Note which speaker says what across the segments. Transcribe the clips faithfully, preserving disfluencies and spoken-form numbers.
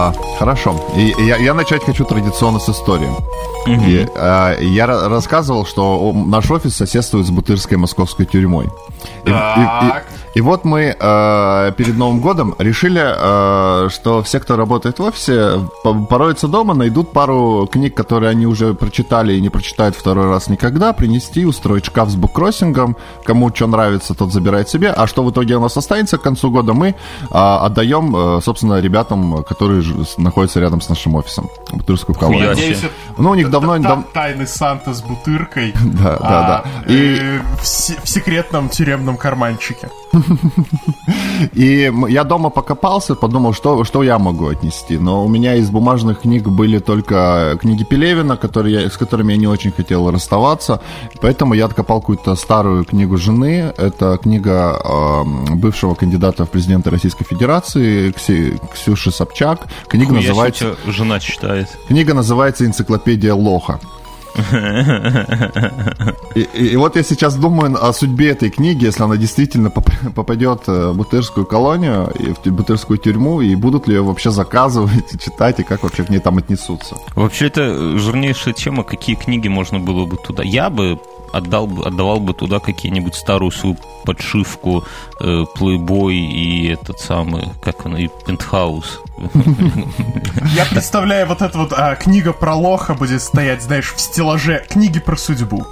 Speaker 1: А, хорошо. И, я, я начать хочу традиционно с истории. Угу. И, а, я рассказывал, что наш офис соседствует с Бутырской московской тюрьмой. И, и, и, и вот мы э, перед Новым годом решили, э, что все, кто работает в офисе, пороются дома, найдут пару книг, которые они уже прочитали и не прочитают второй раз никогда, принести, устроить шкаф с буккроссингом. Кому что нравится, тот забирает себе. А что в итоге у нас останется к концу года, мы э, отдаем, э, собственно, ребятам, которые находятся рядом с нашим офисом. Бутырскую колонию.
Speaker 2: Надеюсь,
Speaker 1: ну, у них давно... Дав...
Speaker 2: Тайны Санта с Бутыркой.
Speaker 1: Да, да, да. И
Speaker 2: в секретном тюремном карманчике.
Speaker 1: И я дома покопался, подумал, что, что я могу отнести. Но у меня из бумажных книг были только книги Пелевина, которые я, с которыми я не очень хотел расставаться. Поэтому я откопал какую-то старую книгу жены. Это книга э, бывшего кандидата в президенты Российской Федерации Кси, Ксюши Собчак. Книга
Speaker 3: Хуя
Speaker 1: называется...
Speaker 3: жена читает.
Speaker 1: Книга называется «Энциклопедия лоха». И, и, и вот я сейчас думаю о судьбе этой книги, если она действительно попадет в Бутырскую колонию, и в Бутырскую тюрьму, и будут ли ее вообще заказывать, читать, и как вообще к ней там отнесутся. Вообще,
Speaker 3: это жирнейшая тема, какие книги можно было бы туда. Я бы отдал бы, отдавал бы туда какие-нибудь старую свою подшивку, э, Playboy и этот самый, как он, и Penthouse.
Speaker 2: Я представляю, вот эта вот а, книга про лоха будет стоять, знаешь, в стеллаже книги про судьбу.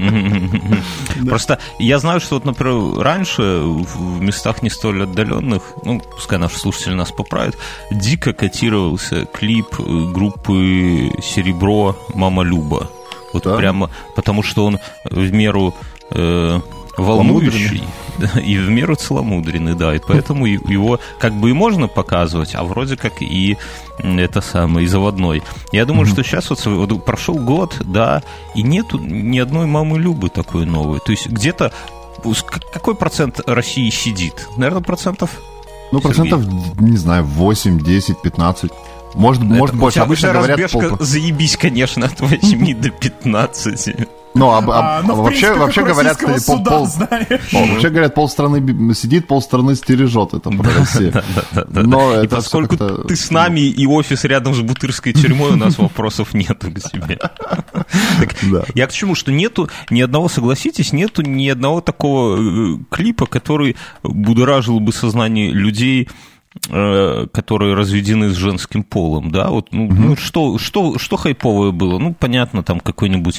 Speaker 3: Просто я знаю, что вот, например, раньше в местах не столь отдаленных, ну, пускай наши слушатели нас поправят, дико котировался клип группы «Серебро» «Мама Люба». Вот да? Прямо, потому что он в меру э, волнующий и в меру целомудренный, да, и поэтому его как бы и можно показывать, а вроде как и это самое, и заводной. Я думаю, mm-hmm. что сейчас вот, вот прошел год, да, и нету ни одной мамы Любы такой новой. То есть где-то какой процент России сидит? Наверное, процентов?
Speaker 1: Ну, Сергей? Процентов, не знаю, восемь, десять, пятнадцать. Может,
Speaker 3: это,
Speaker 1: может больше. Обычно говорят
Speaker 3: разбежка, пол... заебись, конечно, от восьми до пятнадцати.
Speaker 1: Ну, а, а,
Speaker 2: а, ну,
Speaker 1: вообще,
Speaker 2: принципе,
Speaker 1: вообще говорят, пол,
Speaker 2: суда,
Speaker 1: пол, пол, вообще говорят, полстраны сидит, полстраны стережет. Это про Россию.
Speaker 3: Но и поскольку ты с нами и офис рядом с Бутырской тюрьмой, у нас вопросов нету к тебе. Я к чему? Что нету ни одного, согласитесь, нету ни одного такого клипа, который будоражил бы сознание людей, которые разведены с женским полом, да, вот, ну, mm-hmm. ну что, что, что хайповое было? Ну, понятно, там какой-нибудь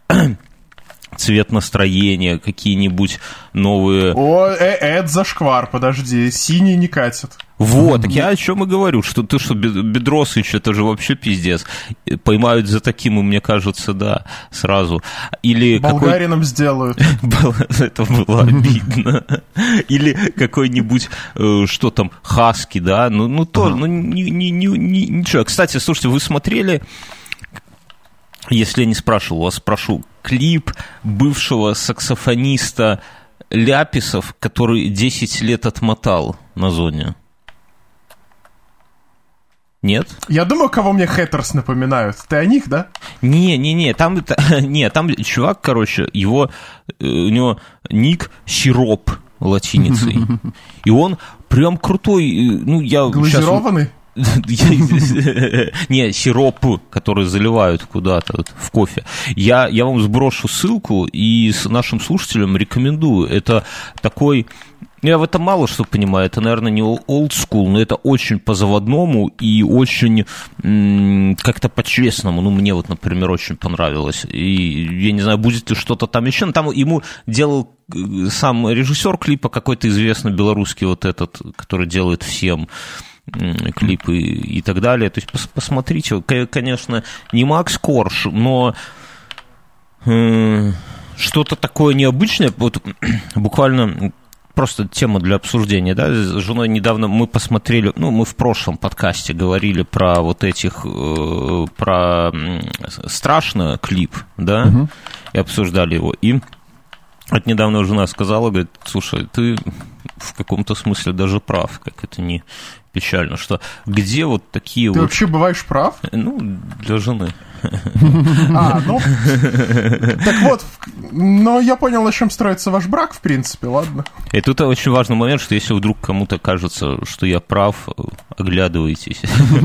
Speaker 3: цвет настроения, какие-нибудь новые...
Speaker 2: О, э, это зашквар, подожди, синий не катит.
Speaker 3: Вот, так я о чем и говорю, что ты что, Бедросович, это же вообще пиздец. Поймают за таким, и мне кажется, да, сразу. Или
Speaker 2: болгарином какой... сделают.
Speaker 3: Это было обидно. Или какой-нибудь, что там, хаски, да, ну, ну то, ну, ничего. Кстати, слушайте, вы смотрели... Если я не спрашивал, вас спрошу, клип бывшего саксофониста Ляписов, который десять лет отмотал на зоне? Нет?
Speaker 2: Я думаю, кого мне Хэттерс напоминают. Ты о них, да?
Speaker 3: Не-не-не, там, не, там чувак, короче, его, у него ник Сироп латиницей. И он прям крутой. Ну, я
Speaker 2: глазированный?
Speaker 3: Сейчас... Не, сироп, который заливают куда-то вот, в кофе. Я, я вам сброшу ссылку и с нашим слушателям рекомендую. Это такой... Я в этом мало что понимаю. Это, наверное, не old school, но это очень по-заводному и очень м- как-то по-честному. Ну, мне вот, например, очень понравилось. И я не знаю, будет ли что-то там еще. Но там ему делал сам режиссер клипа, какой-то известный белорусский вот этот, который делает всем клипы и так далее. То есть пос- посмотрите, конечно, не Макс Корж, но э, что-то такое необычное. Вот буквально просто тема для обсуждения, да, с женой недавно мы посмотрели, ну, мы в прошлом подкасте говорили про вот этих, э, про страшно клип, да, угу. и обсуждали его, и вот недавно жена сказала, говорит, слушай, ты в каком-то смысле даже прав, как это не печально, что где вот такие
Speaker 2: ты
Speaker 3: вот...
Speaker 2: вообще бываешь прав?
Speaker 3: Ну, для жены.
Speaker 2: А, ну... Так вот, но я понял, на чем строится ваш брак, в принципе, ладно.
Speaker 3: И тут очень важный момент, что если вдруг кому-то кажется, что я прав, оглядывайтесь.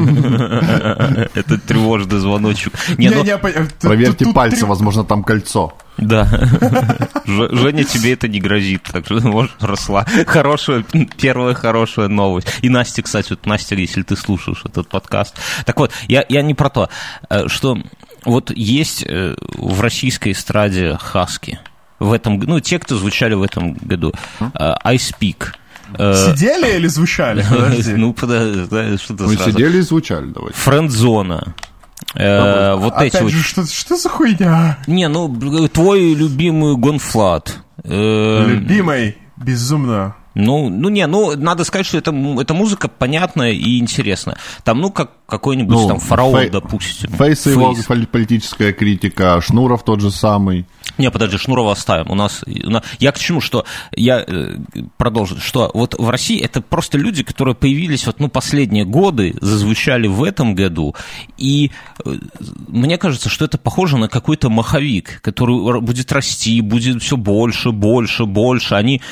Speaker 3: Это тревожный звоночек.
Speaker 1: Проверьте пальцы, возможно, там кольцо.
Speaker 3: Да. Женя, тебе это не грозит, так что, может, росла. Хорошая, первая хорошая новость. И Настя, кстати, вот Настя, если ты слушаешь этот подкаст. Так вот, я, я не про то, что вот есть в российской эстраде хаски. В этом, ну, те, кто звучали в этом году. I Speak.
Speaker 2: Сидели или звучали? Подожди.
Speaker 3: Ну, подожди, что-то
Speaker 1: Мы
Speaker 3: сразу.
Speaker 1: сидели и звучали, давайте.
Speaker 3: Френдзона. Э, вот
Speaker 2: Опять
Speaker 3: эти
Speaker 2: же,
Speaker 3: вот...
Speaker 2: что, что за хуйня?
Speaker 3: Не, ну, твой любимый Гонфлат. Э,
Speaker 2: Любимый, безумно.
Speaker 3: Ну, ну, не, ну, надо сказать, что это, это музыка понятная и интересная. Там, ну, как какой-нибудь ну, там фараон, фей, допустим.
Speaker 1: Фейс и его политическая критика, Шнуров тот же самый.
Speaker 3: Не, подожди, Шнурова оставим. У нас, у нас... Я к чему, что я э, продолжу, что вот в России это просто люди, которые появились вот, ну, последние годы, зазвучали в этом году, и э, мне кажется, что это похоже на какой-то маховик, который будет расти, будет все больше, больше, больше. Они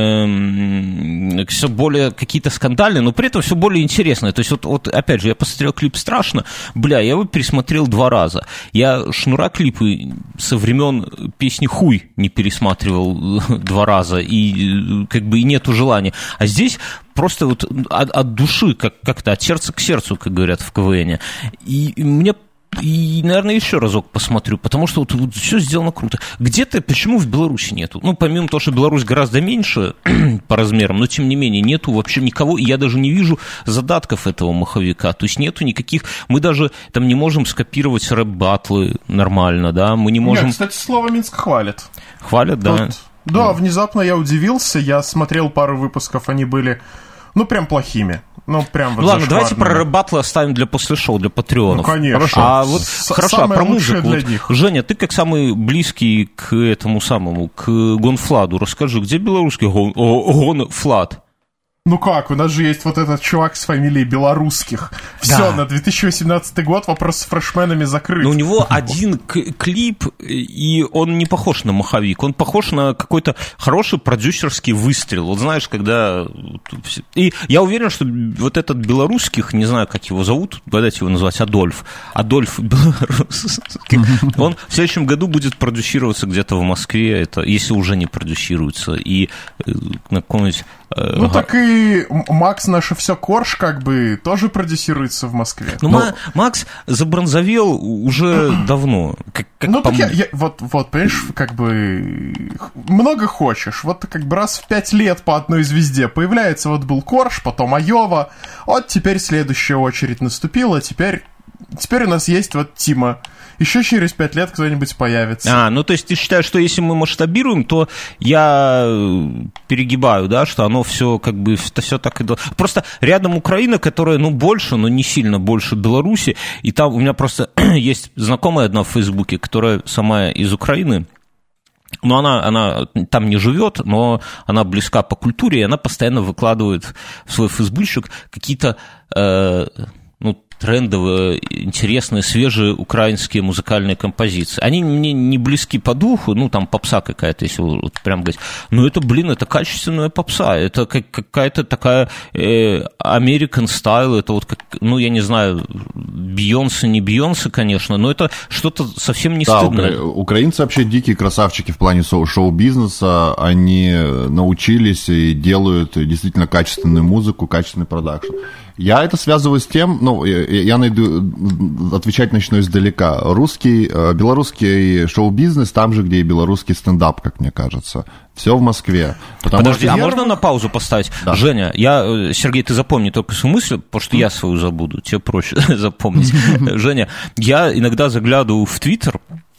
Speaker 3: э, все более какие-то скандальные, но при этом все более интересные. То есть вот, вот опять же, я посмотрел клип «Страшно», бля, я его пересмотрел два раза. Я Шнура клипы со времен песни «Хуй» не пересматривал два раза, и как бы и нету желания. А здесь просто вот от, от души, как, как-то от сердца к сердцу, как говорят в КВНе. И мне... И, наверное, еще разок посмотрю, потому что вот, вот все сделано круто. Где-то, почему в Беларуси нету? Ну, помимо того, что Беларусь гораздо меньше по размерам, но, тем не менее, нету вообще никого, и я даже не вижу задатков этого маховика. То есть нету никаких... Мы даже там не можем скопировать рэп-баттлы нормально, да? Мы не можем...
Speaker 2: Нет, кстати, слово Минск хвалит.
Speaker 3: Хвалят, да?
Speaker 2: Вот, да, да, внезапно я удивился, я смотрел пару выпусков, они были, ну, прям плохими. Ну, прям вот
Speaker 3: ладно, давайте про рэп-баттлы оставим для после шоу, для патреонов.
Speaker 2: Ну, конечно.
Speaker 3: Хорошо. А вот, С- хорошо, а про музыку.
Speaker 2: Вот,
Speaker 3: Женя, ты как самый близкий к этому самому, к Гонфладу, расскажи, где белорусский гон, Гонфлад?
Speaker 2: Ну как, у нас же есть вот этот чувак с фамилией Белорусских. Все, да. На две тысячи восемнадцатый год вопрос с фрешменами закрыт.
Speaker 3: Но у него один к- клип, и он не похож на маховик, он похож на какой-то хороший продюсерский выстрел. Вот знаешь, когда... И я уверен, что вот этот Белорусских, не знаю, как его зовут, давайте его назвать Адольф. Адольф Белорусский. Он в следующем году будет продюсироваться где-то в Москве, это, если уже не продюсируется, и на каком-нибудь...
Speaker 2: Ну так и Макс наше все Корж как бы тоже продюсируется в Москве.
Speaker 3: Ну, Но... Макс забронзовел уже давно. Как, как
Speaker 2: ну так я, я, вот, вот, понимаешь, как бы много хочешь. Вот как бы раз в пять лет по одной звезде появляется, вот был Корж, потом Айова, вот теперь следующая очередь наступила, теперь, теперь у нас есть вот Тима. Еще через пять лет кто-нибудь появится.
Speaker 3: А, ну то есть ты считаешь, что если мы масштабируем, то я перегибаю, да, что оно все как бы все так и... Просто рядом Украина, которая, ну, больше, но не сильно больше Беларуси, и там у меня просто есть знакомая одна в Фейсбуке, которая сама из Украины. Но она, она там не живет, но она близка по культуре, и она постоянно выкладывает в свой фейсбучик какие-то... Э, ну, трендовые, интересные, свежие украинские музыкальные композиции. Они мне не близки по духу, ну, там попса какая-то, если вот прям говорить. Но это, блин, это качественная попса, это какая-то такая э, American style, это вот, как, ну, я не знаю, Бейонсе, не Бейонсе, конечно, но это что-то совсем не
Speaker 1: да,
Speaker 3: стыдное.
Speaker 1: Укра... Украинцы вообще дикие красавчики в плане шоу-бизнеса, они научились и делают действительно качественную музыку, качественный продакшн. Я это связываю с тем, ну, я, я найду, отвечать начну издалека. Русский, белорусский шоу-бизнес там же, где и белорусский стендап, как мне кажется. Все в Москве.
Speaker 3: Подожди,
Speaker 1: что...
Speaker 3: а можно на паузу поставить? Да. Женя, я, Сергей, ты запомни только свою мысль, потому что я свою забуду, тебе проще запомнить. Женя, я иногда заглядываю в Твиттер,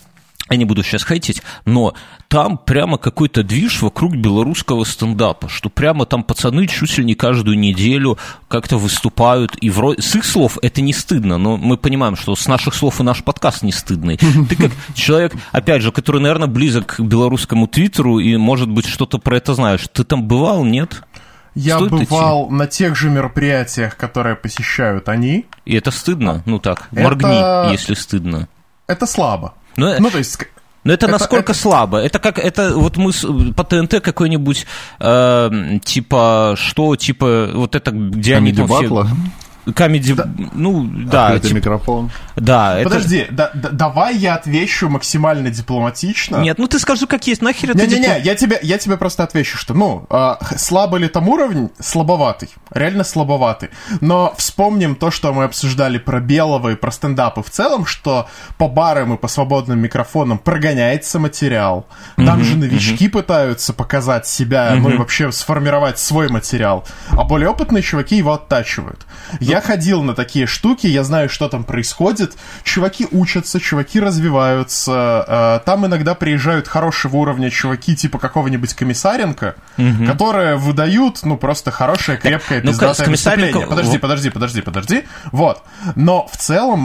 Speaker 3: я не буду сейчас хейтить, но там прямо какой-то движ вокруг белорусского стендапа, что прямо там пацаны чуть ли не каждую неделю как-то выступают, и вроде... с их слов это не стыдно, но мы понимаем, что с наших слов и наш подкаст не стыдный. Ты как человек, опять же, который, наверное, близок к белорусскому твиттеру и, может быть, что-то про это знаешь. Ты там бывал, нет?
Speaker 2: Я
Speaker 3: Стоит
Speaker 2: бывал
Speaker 3: идти?
Speaker 2: На тех же мероприятиях, которые посещают они.
Speaker 3: И это стыдно? Ну так,
Speaker 2: это...
Speaker 3: моргни, если стыдно.
Speaker 2: это слабо.
Speaker 3: Ну,
Speaker 2: ну то есть...
Speaker 3: Но это, это насколько это... слабо? Это как, это вот мы по ТНТ какой-нибудь, э, типа, что, типа, вот это, где
Speaker 1: Комеди
Speaker 3: они там
Speaker 1: батла?
Speaker 3: все... Комеди, да. ну, да.
Speaker 1: Открытый
Speaker 3: типа,
Speaker 1: микрофон.
Speaker 3: Да,
Speaker 2: Подожди,
Speaker 3: это...
Speaker 2: да, да, давай я отвечу максимально дипломатично.
Speaker 3: Нет, ну ты скажи, как есть, нахер это...
Speaker 2: Не-не-не,
Speaker 3: диплом...
Speaker 2: я, тебе, я тебе просто отвечу, что, ну, э, слабый ли там уровень? Слабоватый, реально слабоватый. Но вспомним то, что мы обсуждали про Белого и про стендапы в целом, что по барам и по свободным микрофонам прогоняется материал. Там mm-hmm, же новички mm-hmm. пытаются показать себя, mm-hmm. ну и вообще сформировать свой материал. А более опытные чуваки его оттачивают. Я ходил на такие штуки, я знаю, что там происходит. Чуваки учатся, чуваки развиваются. Там иногда приезжают хорошего уровня чуваки, типа какого-нибудь Комиссаренко, угу. которые выдают, ну, просто хорошее, крепкое, так, пиздатое ну, выступление. Подожди, подожди, подожди, подожди. Вот. Но в целом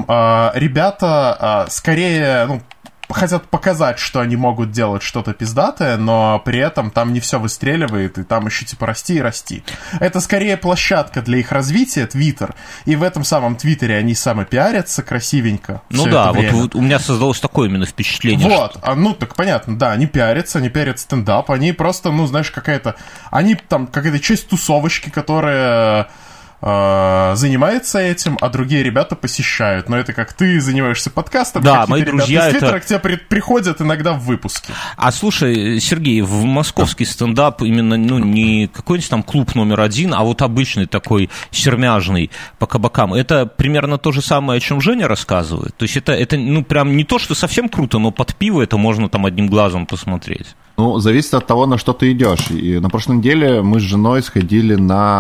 Speaker 2: ребята скорее, ну, хотят показать, что они могут делать что-то пиздатое, но при этом там не все выстреливает, и там еще типа расти и расти. Это скорее площадка для их развития, Твиттер, и в этом самом Твиттере они самопиарятся красивенько.
Speaker 3: Ну да, вот, вот у меня создалось такое именно впечатление.
Speaker 2: Вот,
Speaker 3: что...
Speaker 2: а, ну так понятно, да, они пиарятся, они пиарят стендап, они просто, ну знаешь, какая-то, они там какая-то часть тусовочки, которая... занимается этим, а другие ребята посещают. Но это как ты занимаешься подкастом,
Speaker 3: да, мои друзья
Speaker 2: из Твиттера
Speaker 3: это...
Speaker 2: к тебе при- приходят иногда в выпуске.
Speaker 3: А слушай, Сергей, в московский стендап именно, ну, не какой-нибудь там клуб номер один, а вот обычный такой сермяжный по кабакам, это примерно то же самое, о чем Женя рассказывает? То есть это, это ну, прям не то, что совсем круто, но под пиво это можно там одним глазом посмотреть.
Speaker 1: Ну, зависит от того, на что ты идешь. И на прошлой неделе мы с женой сходили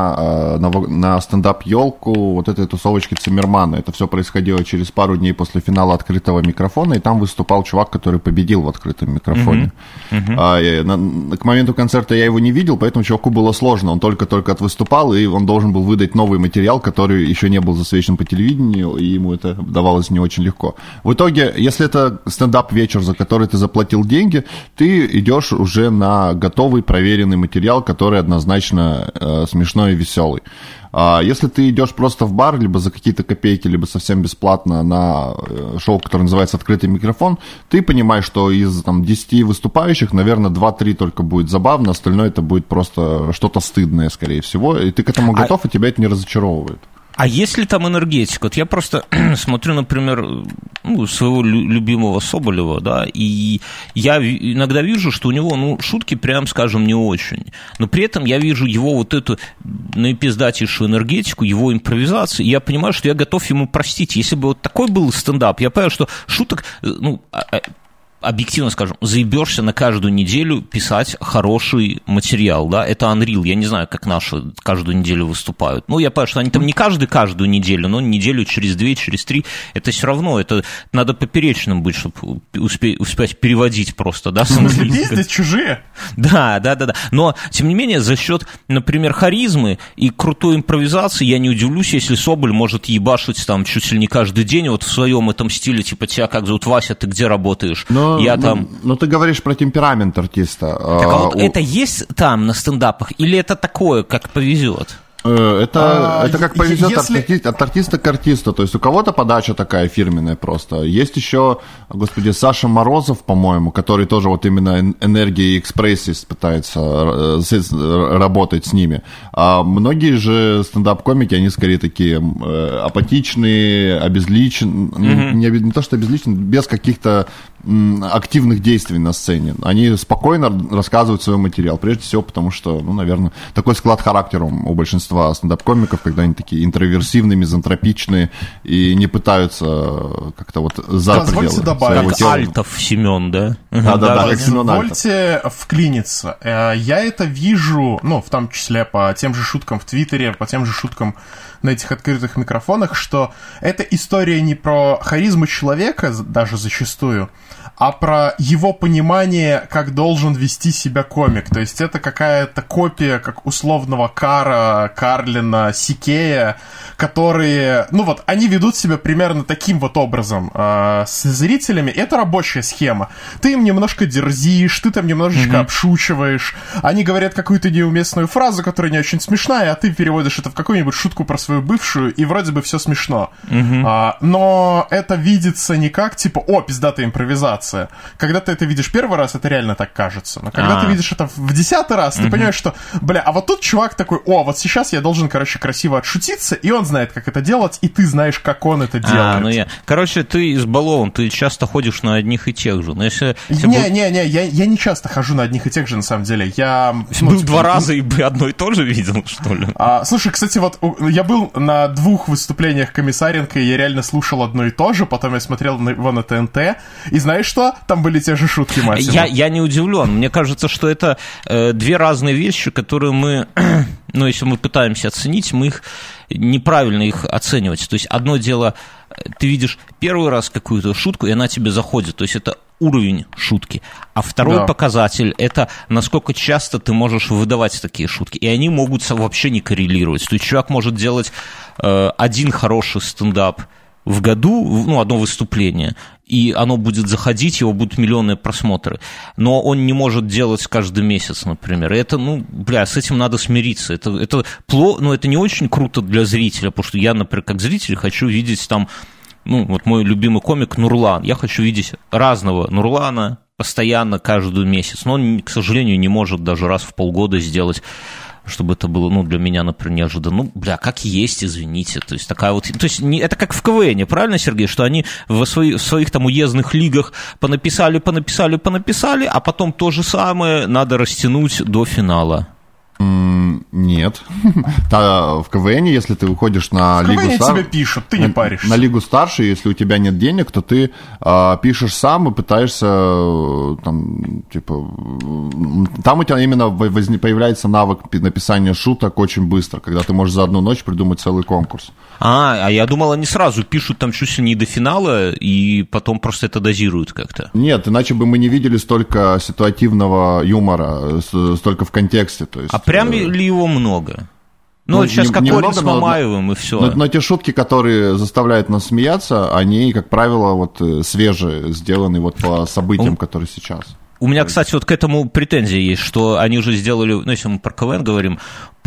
Speaker 1: на, на, на стендап-елку вот этой тусовочки Циммермана. Это все происходило через пару дней после финала открытого микрофона, и там выступал чувак, который победил в открытом микрофоне. Uh-huh. Uh-huh. А, я, на, к моменту концерта я его не видел, поэтому чуваку было сложно. Он только-только отвыступал, и он должен был выдать новый материал, который еще не был засвечен по телевидению, и ему это давалось не очень легко. В итоге, если это стендап-вечер, за который ты заплатил деньги, ты идешь уже на готовый проверенный материал, который однозначно э, смешной и веселый. А если ты идешь просто в бар, либо за какие-то копейки, либо совсем бесплатно на э, шоу, которое называется «Открытый микрофон», ты понимаешь, что из там, десяти выступающих, наверное, два-три только будет забавно, остальное это будет просто что-то стыдное, скорее всего, и ты к этому готов, а... и тебя это не разочаровывает.
Speaker 3: А есть ли там энергетика? Вот я просто смотрю, например, ну, своего любимого Соболева, да, и я иногда вижу, что у него, ну, шутки, прям скажем, не очень. Но при этом я вижу его вот эту наипиздатейшую энергетику, его импровизацию, и я понимаю, что я готов ему простить. Если бы вот такой был стендап, я понимаю, что шуток, ну... объективно скажем, заебешься на каждую неделю писать хороший материал, да, это Unreal, я не знаю, как наши каждую неделю выступают, ну, я понимаю, что они там не каждую каждую неделю, но неделю через две, через три, это все равно, это надо поперечным быть, чтобы успеть, успеть переводить просто, да, с английского.
Speaker 2: Здесь чужие.
Speaker 3: Да, да, да, да, но, тем не менее, за счет, например, харизмы и крутой импровизации, я не удивлюсь, если Соболь может ебашить там чуть ли не каждый день, вот в своем этом стиле, типа, тебя как зовут, Вася, ты где работаешь?
Speaker 1: Но...
Speaker 3: Я
Speaker 1: ну,
Speaker 3: там...
Speaker 1: ну, ты говоришь про темперамент артиста.
Speaker 3: Так, а вот у... это есть там на стендапах, или это такое, как повезет?
Speaker 1: Это, а, это как повезет
Speaker 2: если...
Speaker 1: от, от артиста к артисту. То есть у кого-то подача такая фирменная просто. Есть еще, господи, Саша Морозов, по-моему, который тоже вот именно энергией и экспрессией пытается работать с ними. А многие же стендап-комики, они скорее такие апатичные, обезличенные, mm-hmm. не, не то что обезличенные, без каких-то активных действий на сцене. Они спокойно рассказывают свой материал. Прежде всего, потому что, ну, наверное, такой склад характера у большинства стендап-комиков, когда они такие интроверсивные, мизантропичные и не пытаются как-то вот за пределы
Speaker 2: своего
Speaker 3: тела. Альтов Семен, да?
Speaker 1: Да-да-да,
Speaker 2: как Семен Альтов. Позвольте вклиниться. Я это вижу, ну, в том числе по тем же шуткам в Твиттере, по тем же шуткам на этих открытых микрофонах, что эта история не про харизму человека, даже зачастую, а про его понимание, как должен вести себя комик. То есть это какая-то копия, как условного Кара, Карлина, Сикея, которые, ну вот, они ведут себя примерно таким вот образом э, с зрителями. Это рабочая схема. Ты им немножко дерзишь, ты там немножечко mm-hmm. обшучиваешь, они говорят какую-то неуместную фразу, которая не очень смешная, а ты переводишь это в какую-нибудь шутку про свою бывшую, и вроде бы все смешно. Mm-hmm. А, но это видится не как, типа, о, пиздатая импровизация. Когда ты это видишь первый раз, это реально так кажется. Но когда А-а-а. ты видишь это в десятый раз, ты угу. понимаешь, что, бля, а вот тут чувак такой, о, вот сейчас я должен, короче, красиво отшутиться, и он знает, как это делать, и ты знаешь, как он это делает.
Speaker 3: А, ну я... Короче, ты избалован, ты часто ходишь на одних и тех же.
Speaker 2: Не-не-не, я, я не часто хожу на одних и тех же, на самом деле. Я...
Speaker 3: Ну, был два раза и одно и то же видел, что ли?
Speaker 2: А, слушай, кстати, вот я был на двух выступлениях Комиссаренко, и я реально слушал одно и то же, потом я смотрел его на ТНТ, и знаешь что? Там были те же шутки, мать его.
Speaker 3: Я, я не удивлен. Мне кажется, что это э, две разные вещи, которые мы, ну, если мы пытаемся оценить, мы их неправильно их оценивать. То есть одно дело, ты видишь первый раз какую-то шутку, и она тебе заходит. То есть это уровень шутки. А второй да. показатель – это насколько часто ты можешь выдавать такие шутки. И они могут вообще не коррелировать. То есть человек может делать э, один хороший стендап в году, ну, одно выступление, и оно будет заходить, его будут миллионные просмотры. Но он не может делать каждый месяц, например. И это, ну, бля, с этим надо смириться. Это, это, пло, ну, это не очень круто для зрителя, потому что я, например, как зритель хочу видеть там, ну, вот мой любимый комик Нурлан. Я хочу видеть разного Нурлана постоянно, каждый месяц. Но он, к сожалению, не может даже раз в полгода сделать, чтобы это было, ну, для меня, например, неожиданно. Ну, бля, как есть, извините. То есть, такая вот... То есть, не, это как в КВНе, правильно, Сергей? Что они в, свои, в своих там уездных лигах понаписали, понаписали, понаписали, а потом то же самое надо растянуть до финала.
Speaker 1: Mm, нет. В КВНе, если ты выходишь на
Speaker 2: в
Speaker 1: лигу старше...
Speaker 2: В КВНе тебе пишут, ты не паришься.
Speaker 1: На лигу старше, если у тебя нет денег, то ты а, пишешь сам и пытаешься там, типа... Там у тебя именно возник, появляется навык написания шуток очень быстро, когда ты можешь за одну ночь придумать целый конкурс.
Speaker 3: А, а я думал, они сразу пишут там чуть ли не до финала, и потом просто это дозируют как-то.
Speaker 1: Нет, иначе бы мы не видели столько ситуативного юмора, столько в контексте, то есть...
Speaker 3: А прям ли его много? Ну, ну сейчас не, как не Корень с Мамаевым, но, и все.
Speaker 1: Но, но те шутки, которые заставляют нас смеяться, они, как правило, вот свежие, сделаны вот по событиям, У... которые сейчас.
Speaker 3: У меня, кстати, вот к этому претензии есть, что они уже сделали, ну, если мы про КВН говорим,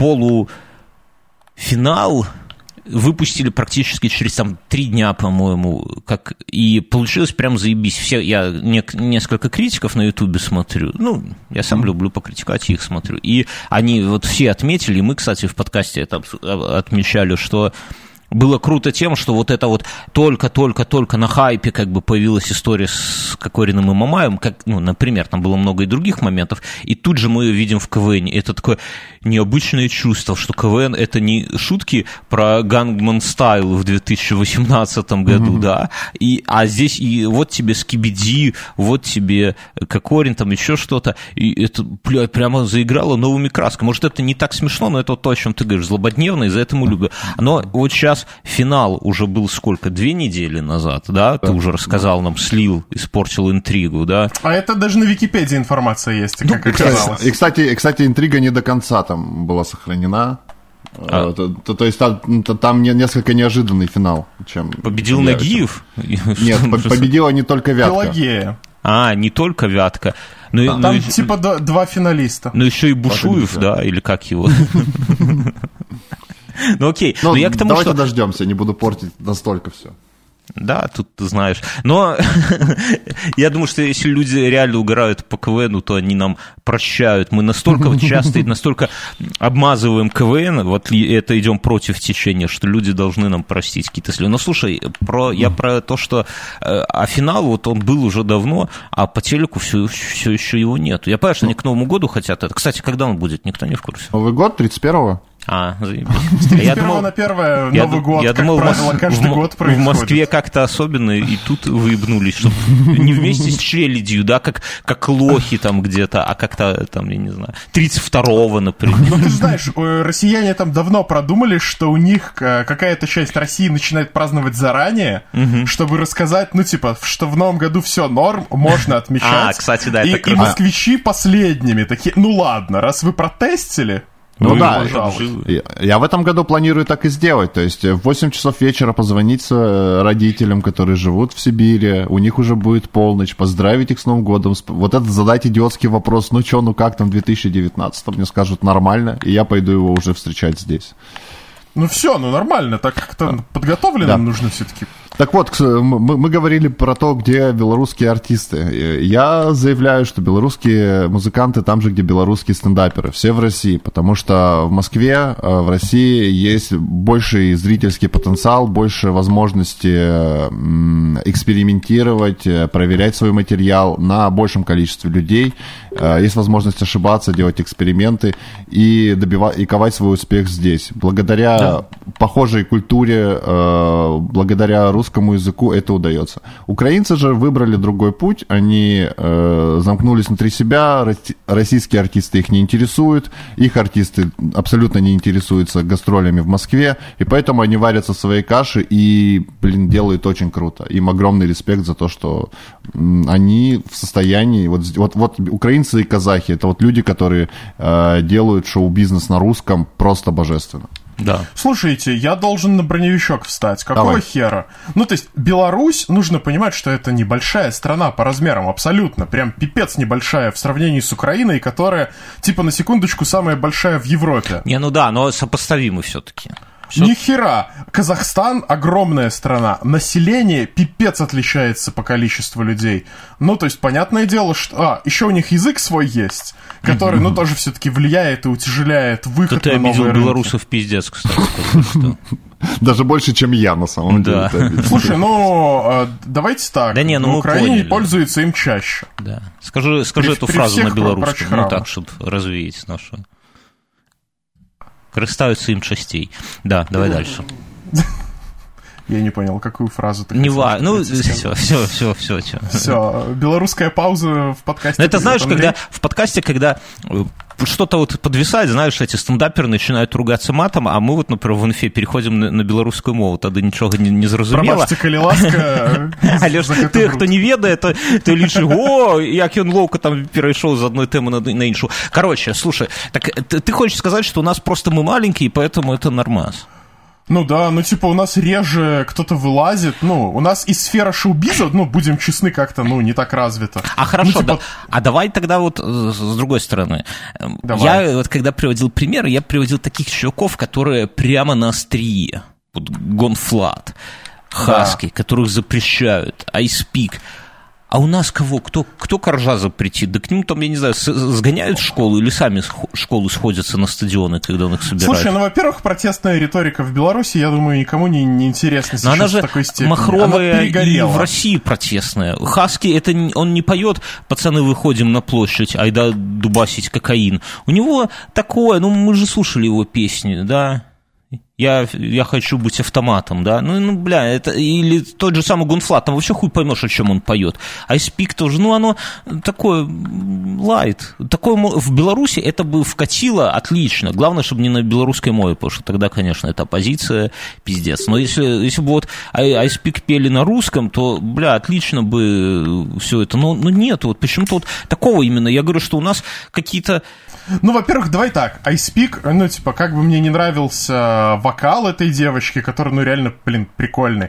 Speaker 3: полуфинал выпустили практически через там три дня, по-моему, как, и получилось прям заебись. Все, я не, несколько критиков на Ютубе смотрю, ну, я сам mm-hmm. люблю покритиковать, их смотрю, и они вот все отметили, и мы, кстати, в подкасте это отмечали, что было круто тем, что вот это вот только-только-только на хайпе как бы появилась история с Кокориным и Мамаевым, как, ну, например, там было много и других моментов, и тут же мы ее видим в КВН. Это такое необычное чувство, что КВН — это не шутки про Gangnam Style в две тысячи восемнадцатом году, mm-hmm. да, и, а здесь и вот тебе Скибиди, вот тебе Кокорин, там еще что-то, и это бля, прямо заиграло новыми красками. Может, это не так смешно, но это вот то, о чем ты говоришь, злободневно, и за это мы любим. Но вот сейчас финал уже был сколько? Две недели назад, да? Ты уже рассказал нам, слил, испортил интригу, да?
Speaker 2: А это даже на Википедии информация есть, как
Speaker 1: ну,
Speaker 2: оказалось.
Speaker 1: И, кстати, и, кстати, интрига не до конца там была сохранена. А. То, то, то есть там, там несколько неожиданный финал. Чем
Speaker 3: победил я, Нагиев?
Speaker 1: Нет, победила не только Вятка.
Speaker 2: Пелагея.
Speaker 3: А, не только Вятка. Ну,
Speaker 2: там
Speaker 3: ну,
Speaker 2: типа ну, два финалиста.
Speaker 3: Ну еще и Бушуев, да, или как его? Ну окей,
Speaker 1: но, но я к тому, давайте что... дождемся, не буду портить настолько все.
Speaker 3: Да, тут ты знаешь. Но я думаю, что если люди реально угорают по КВНу, то они нам прощают. Мы настолько часто и настолько обмазываем КВН, вот это идем против течения, что люди должны нам простить какие-то слезы. Но слушай, про, я про то, что а финал, вот он был уже давно, а по телеку все, все еще его нет. Я понимаю, что они к Новому году хотят это. Кстати, когда он будет, никто не в курсе.
Speaker 1: Новый год, тридцать первого.
Speaker 3: А, заебись.
Speaker 2: Я думал, на первое
Speaker 3: я
Speaker 2: Новый год,
Speaker 3: я
Speaker 2: как
Speaker 3: думал,
Speaker 2: правило, каждый
Speaker 3: в,
Speaker 2: год происходит.
Speaker 3: В Москве как-то особенно, и тут выебнулись, чтобы не вместе с челядью, да, как, как лохи там где-то, а как-то там, я не знаю, тридцать второго, например.
Speaker 2: Ну, ты знаешь, россияне там давно продумали, что у них какая-то часть России начинает праздновать заранее, угу. чтобы рассказать, ну, типа, что в Новом году все норм, можно отмечать.
Speaker 3: А, кстати, да, это
Speaker 2: и,
Speaker 3: круто.
Speaker 2: И москвичи последними такие, ну ладно, раз вы протестили...
Speaker 1: Ну, ну да, я, я в этом году планирую так и сделать, то есть в восемь часов вечера позвонить родителям, которые живут в Сибири, у них уже будет полночь, поздравить их с Новым годом, вот это задать идиотский вопрос, ну чё, ну как там в две тысячи девятнадцатом, мне скажут нормально, и я пойду его уже встречать здесь.
Speaker 2: Ну все, ну нормально, так как-то подготовленным да. нужно все-таки.
Speaker 1: Так вот, мы, мы говорили про то, где белорусские артисты. Я заявляю, что белорусские музыканты там же, где белорусские стендаперы. Все в России, потому что в Москве, в России есть больший зрительский потенциал, больше возможности экспериментировать, проверять свой материал на большем количестве людей. Есть возможность ошибаться, делать эксперименты и, добивать, и ковать свой успех здесь. Благодаря да. похожей культуре, благодаря русскому языку это удается. Украинцы же выбрали другой путь, они э, замкнулись внутри себя, российские артисты их не интересуют, их артисты абсолютно не интересуются гастролями в Москве, и поэтому они варятся в своей каше и, блин, делают очень круто. Им огромный респект за то, что м, они в состоянии, вот, вот, вот украинцы и казахи, это вот люди, которые э, делают шоу-бизнес на русском просто божественно.
Speaker 3: Да.
Speaker 2: Слушайте, я должен на броневичок встать. Какого
Speaker 1: Давай.
Speaker 2: хера? Ну, то есть, Беларусь, нужно понимать, что это небольшая страна по размерам, абсолютно. Прям пипец небольшая в сравнении с Украиной, которая, типа, на секундочку, самая большая в Европе.
Speaker 3: Не, ну да, но сопоставимы все-таки. Все...
Speaker 2: Ни хера. Казахстан огромная страна. Население пипец отличается по количеству людей. Ну, то есть, понятное дело, что... А, еще у них язык свой есть, который, ну, тоже все-таки влияет и утяжеляет выход на новые рынки.
Speaker 3: Ты обидел белорусов пиздец, кстати.
Speaker 1: Даже больше, чем я, на самом деле.
Speaker 2: Слушай, ну, давайте так.
Speaker 3: Да не, ну
Speaker 2: в
Speaker 3: мы
Speaker 2: Украине
Speaker 3: поняли.
Speaker 2: Пользуются им чаще.
Speaker 3: Да. Скажи, скажи
Speaker 2: При-
Speaker 3: эту
Speaker 2: при
Speaker 3: фразу
Speaker 2: всех
Speaker 3: на белорусском, ну
Speaker 2: равных.
Speaker 3: так, чтобы развеять нашу... Користаються им частей. Да, давай дальше.
Speaker 2: Я не понял, какую фразу ты
Speaker 3: Не
Speaker 2: хотел,
Speaker 3: важно. Ну,
Speaker 2: чтобы я тебе сказал.
Speaker 3: все, все, все, все.
Speaker 2: Все, белорусская пауза в подкасте.
Speaker 3: Ну, это знаешь,
Speaker 2: Андрей.
Speaker 3: когда в подкасте, когда что-то вот подвисает, знаешь, эти стендаперы начинают ругаться матом, а мы вот, например, в инфе переходим на, на белорусскую мову, тогда нічого не, не зрозуміло.
Speaker 2: Пробачте, коли ласка.
Speaker 3: Але ж ти, хто не ведає, то, то лічить, о, як він ловко там перейшов з одной темы на, на іншу. Короче, слушай, так ты, ты хочешь сказать, что у нас просто мы маленькие, и поэтому это нормас?
Speaker 2: Ну да, ну типа у нас реже кто-то вылазит, ну, у нас и сфера шоу-биза, ну, будем честны, как-то, ну, не так развита.
Speaker 3: А хорошо,
Speaker 2: ну, типа...
Speaker 3: да, а давай тогда вот с другой стороны.
Speaker 2: Давай.
Speaker 3: Я вот когда приводил примеры, я приводил таких чуваков, которые прямо на острие. Вот Гонфлат, Хаски, да. которых запрещают, Айспик. А у нас кого? Кто, кто Коржа запретит? Да к ним там, я не знаю, сгоняют в школу или сами школы сходятся на стадионы, когда он их собирает?
Speaker 2: Слушай, ну, во-первых, протестная риторика в Беларуси, я думаю, никому не, не интересна сейчас.
Speaker 3: Но она же
Speaker 2: в такой степени.
Speaker 3: махровая и в России протестная. Хаски, это он не поет «Пацаны, выходим на площадь, айда дубасить кокаин». У него такое, ну, мы же слушали его песни, да? Я, я хочу быть автоматом, да, ну, ну, бля, это, или тот же самый Гунфлат, там вообще хуй поймешь, о чем он поет. Айспик тоже, ну, оно такое лайт. Такое в Беларуси это бы вкатило отлично. Главное, чтобы не на белорусской мове, потому что тогда, конечно, это оппозиция, пиздец. Но если, если бы вот Айспик пели на русском, то, бля, отлично бы все это. Но, но нет, вот почему-то вот такого именно. Я говорю, что у нас какие-то...
Speaker 2: Ну, во-первых, давай так, Айспик, ну, типа, как бы мне не нравился вокал этой девочки, который, ну, реально, блин, прикольный,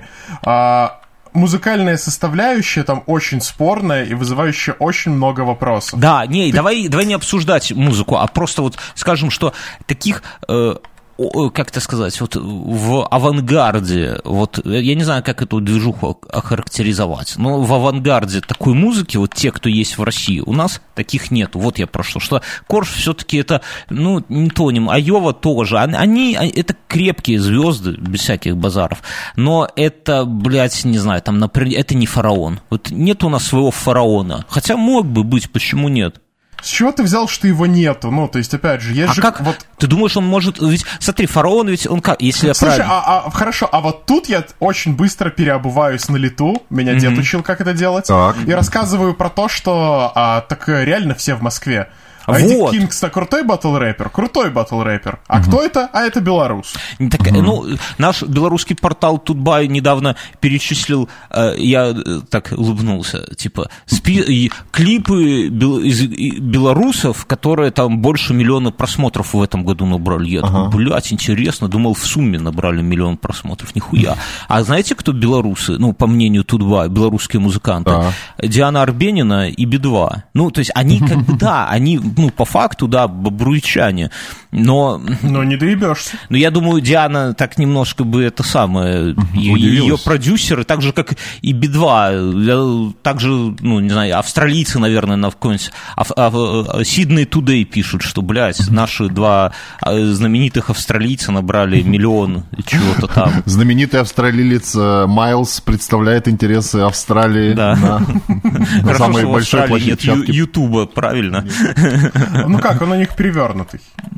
Speaker 2: а, музыкальная составляющая там очень спорная и вызывающая очень много вопросов.
Speaker 3: Да, не,
Speaker 2: Ты...
Speaker 3: давай, давай не обсуждать музыку, а просто вот скажем, что таких... Э... как это сказать, вот в авангарде, вот я не знаю, как эту движуху охарактеризовать, но в авангарде такой музыки, вот те, кто есть в России, у нас таких нету. Вот я про что, что Корж все-таки это, ну, не тонем, Айова тоже, они, это крепкие звезды, без всяких базаров, но это, блядь, не знаю, там, например, это не фараон. Вот нет у нас своего фараона, хотя мог бы быть, почему нет?
Speaker 2: С чего ты взял, что его нету? Ну, то есть, опять же, есть
Speaker 3: а
Speaker 2: же...
Speaker 3: Как,
Speaker 2: вот...
Speaker 3: Ты думаешь, он может... Ведь, смотри, Фараон ведь, он как, если я
Speaker 2: Слушай,
Speaker 3: правильно...
Speaker 2: а, а, хорошо, а вот тут я очень быстро переобуваюсь на лету, меня mm-hmm. дед учил, как это делать,
Speaker 1: так.
Speaker 2: и рассказываю про то, что а, так реально все в Москве. А
Speaker 3: вот.
Speaker 2: Эдди Кингс-то крутой батл-рэпер, крутой батл-рэпер. А угу. кто это? А это белорус.
Speaker 3: Так, угу. Ну, наш белорусский портал Тутбай недавно перечислил, э, я э, так улыбнулся, типа, спи- клипы бел- из белорусов, которые там больше миллиона просмотров в этом году набрали. Я ага. такой, блядь, интересно, думал, в сумме набрали миллион просмотров, нихуя. А знаете, кто белорусы? Ну, по мнению Тутбай, белорусские музыканты? Да. Диана Арбенина и Би два. Ну, то есть они как бы, да, они... Ну, по факту, да, бобруйчане, но...
Speaker 2: Но не доебешься.
Speaker 3: Но я думаю, Диана так немножко бы это самое... Ее продюсеры, так же, как и Би два, также, ну, не знаю, австралийцы, наверное, на какой-нибудь... Сидней Тудей пишут, что, блядь, наши два знаменитых австралийца набрали миллион чего-то там.
Speaker 1: Знаменитый австралиец Майлз представляет интересы Австралии на самой большой площадке.
Speaker 3: Нет Ютуба, правильно?
Speaker 2: Ну как, он у них перевернутый.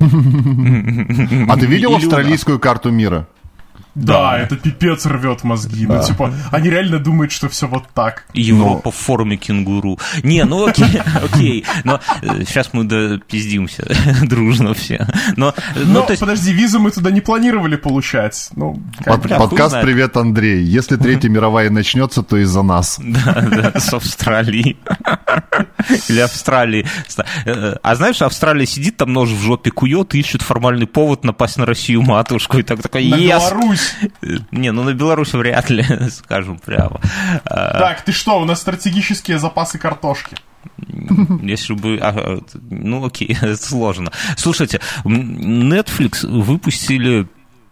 Speaker 1: А ты видел австралийскую карту мира?
Speaker 2: Да, да, это пипец рвет мозги. Да. Ну, типа, они реально думают, что все вот так.
Speaker 3: Европа но... в форме кенгуру. Не, ну окей, окей. Но сейчас мы допиздимся дружно все. Но,
Speaker 2: но, но то есть... подожди, визу мы туда не планировали получать. Ну,
Speaker 1: Под, бля, подкаст «Привет, Андрей». Если Третья мировая начнется, то из-за нас.
Speaker 3: Да, да, с Австралии. Или Австралии. А знаешь, Австралия сидит там, нож в жопе кует, ищет формальный повод напасть на Россию-матушку. И так такой,
Speaker 2: на Беларусь.
Speaker 3: Не, ну на Беларусь вряд ли, скажем прямо.
Speaker 2: Так, ты что, у нас стратегические запасы картошки.
Speaker 3: Если бы... А, ну окей, это сложно. Слушайте, Netflix выпустили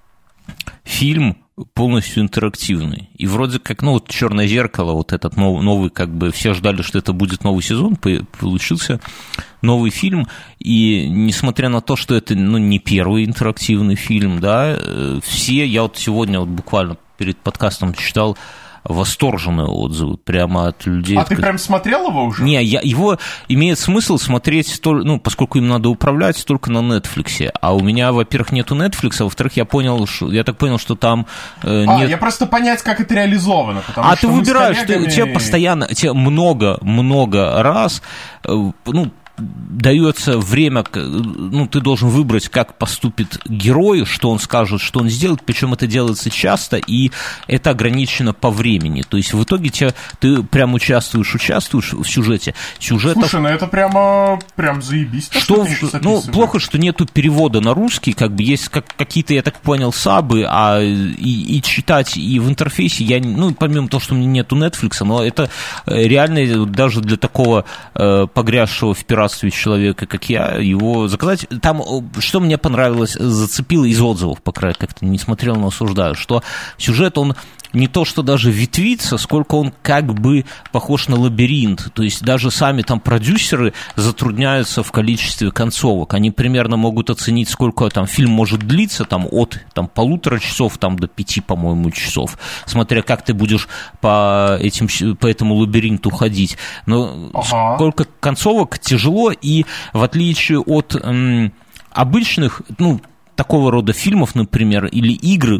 Speaker 3: фильм полностью интерактивный. И вроде как, ну вот «Черное зеркало», вот этот новый, новый, как бы все ждали, что это будет новый сезон, получился новый фильм, и несмотря на то, что это, ну, не первый интерактивный фильм, да, все, я вот сегодня вот буквально перед подкастом читал восторженные отзывы прямо от людей.
Speaker 2: А ты прям смотрел его уже?
Speaker 3: Не, я, его имеет смысл смотреть, ну, поскольку им надо управлять, только на Netflix. А у меня, во-первых, нету Netflix, а во-вторых, я понял, что, я так понял, что там э,
Speaker 2: а,
Speaker 3: нет...
Speaker 2: я просто понять, как это реализовано.
Speaker 3: А
Speaker 2: что
Speaker 3: ты выбираешь,
Speaker 2: коллегами...
Speaker 3: ты, тебе постоянно, тебе много-много раз, э, ну, дается время, ну, ты должен выбрать, как поступит герой, что он скажет, что он сделает, причем это делается часто, и это ограничено по времени. То есть в итоге тебе, ты прям участвуешь, участвуешь в сюжете. Сюжетов...
Speaker 2: Слушай, ну это прямо прям заебись.
Speaker 3: Что, что ну, плохо, что нету перевода на русский, как бы есть как, какие-то, я так понял, сабы, а и, и читать и в интерфейсе, я, ну, помимо того, что у меня нету Netflix, но это реально даже для такого э, погрязшего в пиратстве человека, как я, его заказать. Там, что мне понравилось, зацепило из отзывов, по крайней мере, как-то не смотрел, но осуждаю, что сюжет, он не то, что даже ветвится, сколько он как бы похож на лабиринт. То есть даже сами там продюсеры затрудняются в количестве концовок. Они примерно могут оценить, сколько там фильм может длиться, там от там, полутора часов там, до пяти, по-моему, часов, смотря как ты будешь по, этим, по этому лабиринту ходить. Но ага. сколько концовок тяжело, и в отличие от м, обычных, ну, такого рода фильмов, например, или игр,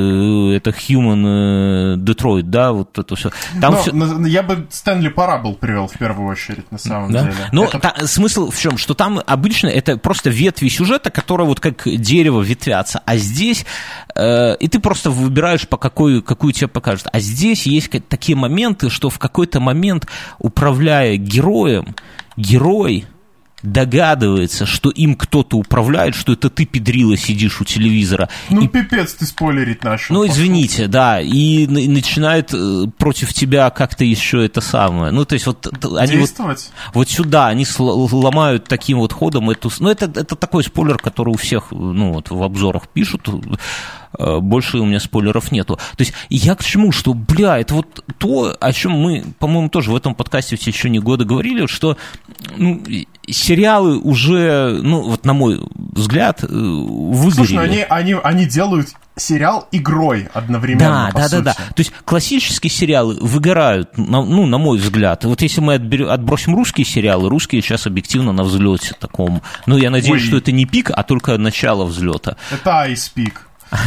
Speaker 3: э, это Human Detroit, да, вот это все. Там
Speaker 2: Но,
Speaker 3: все...
Speaker 2: Я бы Стэнли Парабл привел в первую очередь, на самом
Speaker 3: да?
Speaker 2: деле.
Speaker 3: Но
Speaker 2: это...
Speaker 3: та, смысл в чем? Что там обычно это просто ветви сюжета, которые вот как дерево ветвятся, а здесь, э, и ты просто выбираешь, по какой, какую тебе покажут. А здесь есть такие моменты, что в какой-то момент, управляя героем, герой догадывается, что им кто-то управляет, что это ты, педрила, сидишь у телевизора.
Speaker 2: Ну,
Speaker 3: и...
Speaker 2: пипец, ты спойлерить начал.
Speaker 3: Ну, извините, да, и начинает против тебя как-то еще это самое. Ну, то есть вот они
Speaker 2: действовать?
Speaker 3: Вот, вот сюда, они ломают таким вот ходом эту... Ну, это, это такой спойлер, который у всех, ну, вот в обзорах пишут. Больше у меня спойлеров нету. То есть я к чему, что, бля, это вот то, о чем мы, по-моему, тоже в этом подкасте в течение года говорили, что, ну, сериалы уже, ну, вот на мой взгляд, выгорели.
Speaker 2: Слушай, ну они, они, они делают сериал игрой одновременно,
Speaker 3: да,
Speaker 2: по
Speaker 3: да,
Speaker 2: сути.
Speaker 3: да, да. То есть классические сериалы выгорают, ну, на мой взгляд. Вот если мы отбросим русские сериалы, русские сейчас объективно на взлете таком. Ну, я надеюсь, Ой. что это не пик, а только начало взлета.
Speaker 2: Это айс-пик.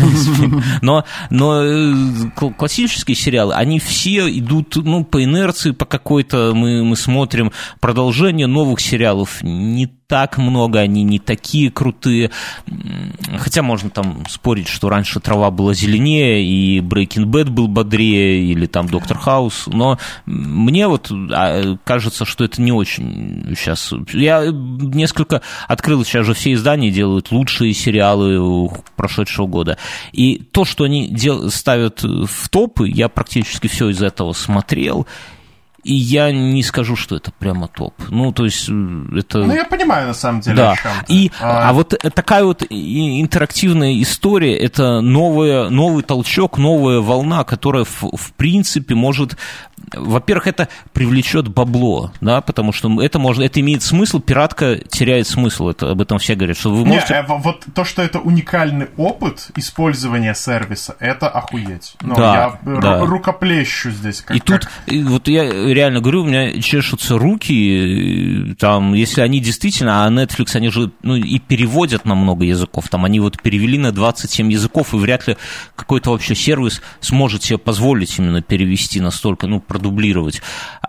Speaker 3: Но, но классические сериалы, они все идут, ну, по инерции, по какой-то, мы, мы смотрим продолжение новых сериалов, не так много, они не такие крутые, хотя можно там спорить, что раньше трава была зеленее, и Breaking Bad был бодрее, или там Доктор Хаус, но мне вот кажется, что это не очень сейчас. Я несколько открыл, сейчас же все издания делают лучшие сериалы прошедшего года, и то, что они дел, ставят в топы, я практически все из этого смотрел. И я не скажу, что это прямо топ. Ну, то есть, это...
Speaker 2: Ну, я понимаю, на самом деле,
Speaker 3: да.
Speaker 2: о чем ты.
Speaker 3: И,
Speaker 2: а...
Speaker 3: а вот такая вот интерактивная история, это новая, новый толчок, новая волна, которая, в, в принципе, может... Во-первых, это привлечет бабло, да, потому что это, может, это имеет смысл, пиратка теряет смысл, это, об этом все говорят, что вы можете...
Speaker 2: Не, вот то, что это уникальный опыт использования сервиса, это охуеть. Ну,
Speaker 3: да,
Speaker 2: я
Speaker 3: да.
Speaker 2: ру- рукоплещу здесь. Как,
Speaker 3: и
Speaker 2: как...
Speaker 3: тут, и вот я реально говорю, у меня чешутся руки, там, если они действительно, а Netflix, они же, ну, и переводят на много языков, там, они вот перевели на двадцать семь языков, и вряд ли какой-то вообще сервис сможет себе позволить именно перевести настолько, ну, продублировать.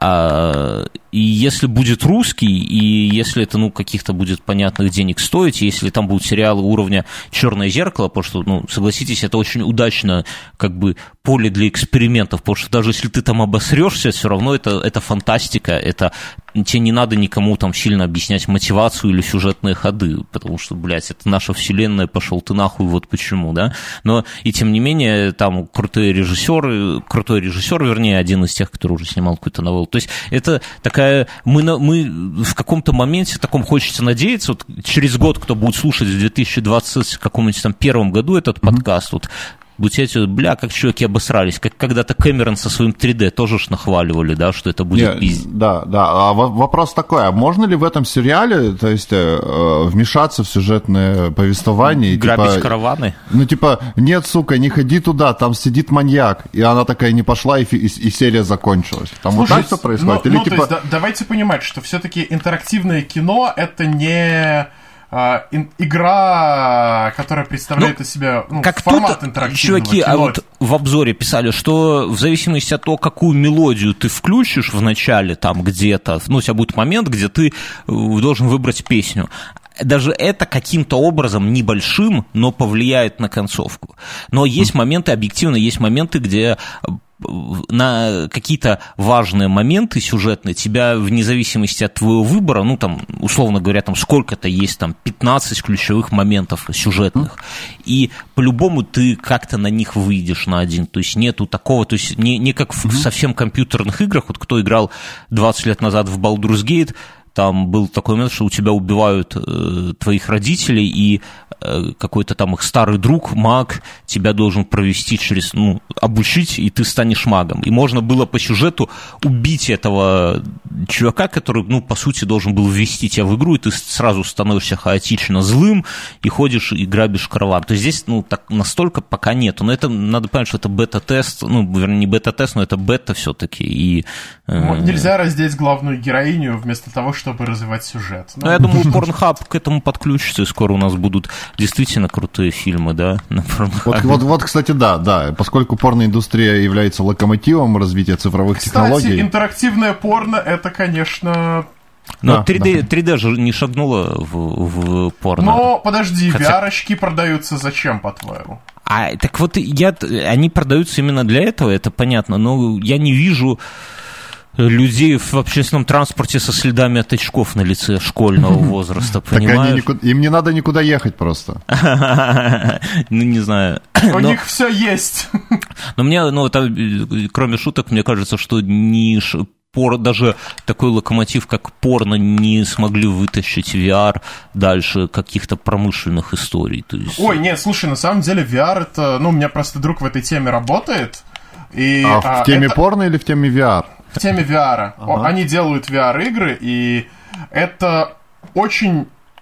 Speaker 3: А, и если будет русский, и если это, ну, каких-то будет понятных денег стоить, если там будут сериалы уровня «Черное зеркало», потому что, ну, согласитесь, это очень удачно, как бы, поле для экспериментов, потому что даже если ты там обосрешься, все равно это, это фантастика, это тебе не надо никому там сильно объяснять мотивацию или сюжетные ходы, потому что, блядь, это наша вселенная, пошел ты нахуй, вот почему, да, но и тем не менее там крутые режиссеры, крутой режиссер, вернее, один из тех, который уже снимал какую-то новеллу, то есть это такая, мы, мы в каком-то моменте таком хочется надеяться, вот через год, кто будет слушать в две тысячи двадцать каком-нибудь там первом году этот mm-hmm. подкаст, вот, будете, бля, как чуваки обосрались, как когда-то Кэмерон со своим три дэ тоже ж нахваливали, да, что это будет пиздец.
Speaker 1: Да, да, а вопрос такой, а можно ли в этом сериале, то есть, э, вмешаться в сюжетное повествование?
Speaker 3: Грабить
Speaker 1: типа,
Speaker 3: караваны?
Speaker 1: Ну, типа, нет, сука, не ходи туда, там сидит маньяк, и она такая не пошла, и, и, и серия закончилась. Там Слушай, вот так все происходит?
Speaker 2: Ну,
Speaker 1: Или,
Speaker 2: ну
Speaker 1: типа...
Speaker 2: то есть, да, давайте понимать, что все-таки интерактивное кино — это не... игра, которая представляет ну, из себя ну,
Speaker 3: как
Speaker 2: формат
Speaker 3: тут
Speaker 2: интерактивного
Speaker 3: чуваки,
Speaker 2: кино.
Speaker 3: А вот в обзоре писали, что в зависимости от того, какую мелодию ты включишь в начале там где-то, ну, у тебя будет момент, где ты должен выбрать песню. Даже это каким-то образом небольшим, но повлияет на концовку. Но есть моменты, объективно, есть моменты, где на какие-то важные моменты сюжетные тебя, вне зависимости от твоего выбора, ну, там, условно говоря, там сколько-то есть, там, пятнадцать ключевых моментов сюжетных, и по-любому ты как-то на них выйдешь на один, то есть нету такого, то есть не, не как в совсем компьютерных играх, вот кто играл двадцать лет назад в Baldur's Gate, там был такой момент, что у тебя убивают э, твоих родителей, и э, какой-то там их старый друг, маг, тебя должен провести через, ну, обучить, и ты станешь магом. И можно было по сюжету убить этого чувака, который, ну, по сути, должен был ввести тебя в игру, и ты сразу становишься хаотично злым, и ходишь и грабишь караван. То есть здесь, ну, так настолько пока нету. Но это, надо понять, что это бета-тест, ну, вернее, не бета-тест, но это бета все-таки. И,
Speaker 2: э... Нельзя раздеть главную героиню вместо того, что чтобы развивать сюжет.
Speaker 3: Ну, я думаю, Pornhub к этому подключится, и скоро у нас будут действительно крутые фильмы, да, на Pornhub.
Speaker 1: Вот, вот, вот, кстати, да, да, поскольку порноиндустрия является локомотивом развития цифровых
Speaker 2: Кстати,
Speaker 1: технологий.
Speaker 2: Кстати, интерактивное порно, это, конечно...
Speaker 3: Но
Speaker 1: да,
Speaker 3: три дэ,
Speaker 1: да.
Speaker 3: три дэ же не шагнула в, в порно.
Speaker 2: Но, подожди,
Speaker 3: Хотя...
Speaker 2: ви ар-очки продаются зачем, по-твоему?
Speaker 3: А, так вот, я, они продаются именно для этого, это понятно, но я не вижу... людей в общественном транспорте со следами от очков на лице школьного возраста, понимаешь?
Speaker 1: Никуда, им не надо никуда ехать просто.
Speaker 3: Ну, не знаю.
Speaker 2: У них все есть.
Speaker 3: Но мне, ну, кроме шуток, мне кажется, что не... даже такой локомотив, как порно, не смогли вытащить ви ар дальше каких-то промышленных историй. То есть...
Speaker 2: Ой, нет, слушай, на самом деле ви ар это... Ну, у меня просто друг в этой теме работает. И,
Speaker 1: а в
Speaker 2: а,
Speaker 1: теме
Speaker 2: это...
Speaker 1: порно или в теме ви ар?
Speaker 2: В теме ви ар. Ага. Они делают ви ар-игры, и это очень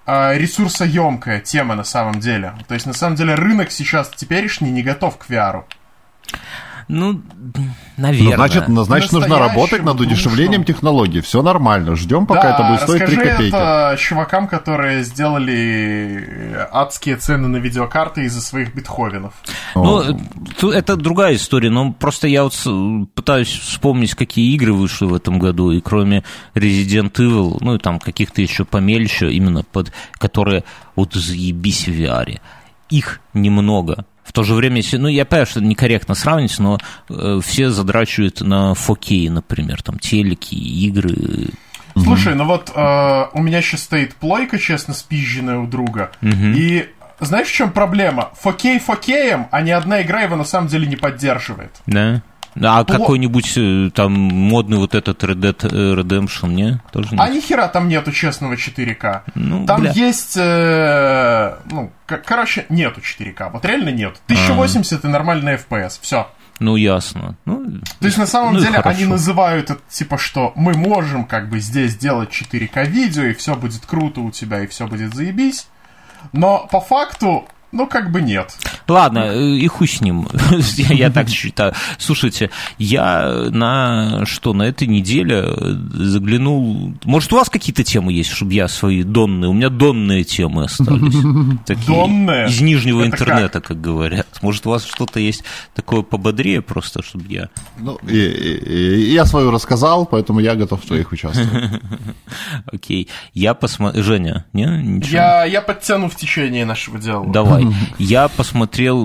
Speaker 2: э, ресурсоемкая тема на самом деле. То есть, на самом деле, рынок сейчас теперешний не готов к ви ар.
Speaker 3: Ну, наверное.
Speaker 1: Ну, значит, значит нужно работать над удешевлением технологий. Все нормально. Ждем, пока да, это будет стоить три копейки.
Speaker 2: Это чувакам, которые сделали адские цены на видеокарты из-за своих бетховенов.
Speaker 3: Ну, это другая история. Но просто я вот пытаюсь вспомнить, какие игры вышли в этом году. И кроме Resident Evil, ну и там каких-то еще помельче, именно под которые вот заебись в ви ар. Их немного. В то же время, если, ну, я понимаю, что это некорректно сравнить, но э, все задрачивают на фор кей, например, там, телеки, игры.
Speaker 2: Слушай, mm-hmm. ну вот э, у меня сейчас стоит плойка, честно, спизженная у друга, mm-hmm. и знаешь, в чем проблема? фор кей фор кей, а ни одна игра его на самом деле не поддерживает.
Speaker 3: Да. А Пло... какой-нибудь там модный вот этот Red Dead Redemption, не? Тоже нет?
Speaker 2: А ни хера там нету честного четыре ка.
Speaker 3: Ну,
Speaker 2: там
Speaker 3: бля.
Speaker 2: есть, э, ну, к- короче, нету четыре ка. Вот реально нет. тысяча восемьдесят и нормальный эф пи эс. Все.
Speaker 3: Ну, ясно. Ну,
Speaker 2: то есть, на самом
Speaker 3: ну,
Speaker 2: деле,
Speaker 3: хорошо.
Speaker 2: они называют это, типа, что мы можем, как бы, здесь делать четыре ка видео, и все будет круто у тебя, и все будет заебись. Но, по факту, ну, как бы нет.
Speaker 3: Ладно, и хуй с ним. Я так считаю. Слушайте, я на что, на этой неделе заглянул... Может, у вас какие-то темы есть, чтобы я свои донные... У меня донные темы остались.
Speaker 2: Донные?
Speaker 3: Из нижнего интернета, как говорят. Может, у вас что-то есть такое пободрее просто, чтобы я...
Speaker 1: Ну, и, и, и я свою рассказал, поэтому я готов в твоих участвовать.
Speaker 3: Окей. Я посмотрел... Женя, не? Ничего?
Speaker 2: Я, я подтяну в течение нашего диалога.
Speaker 3: Давай. Я посмотрел...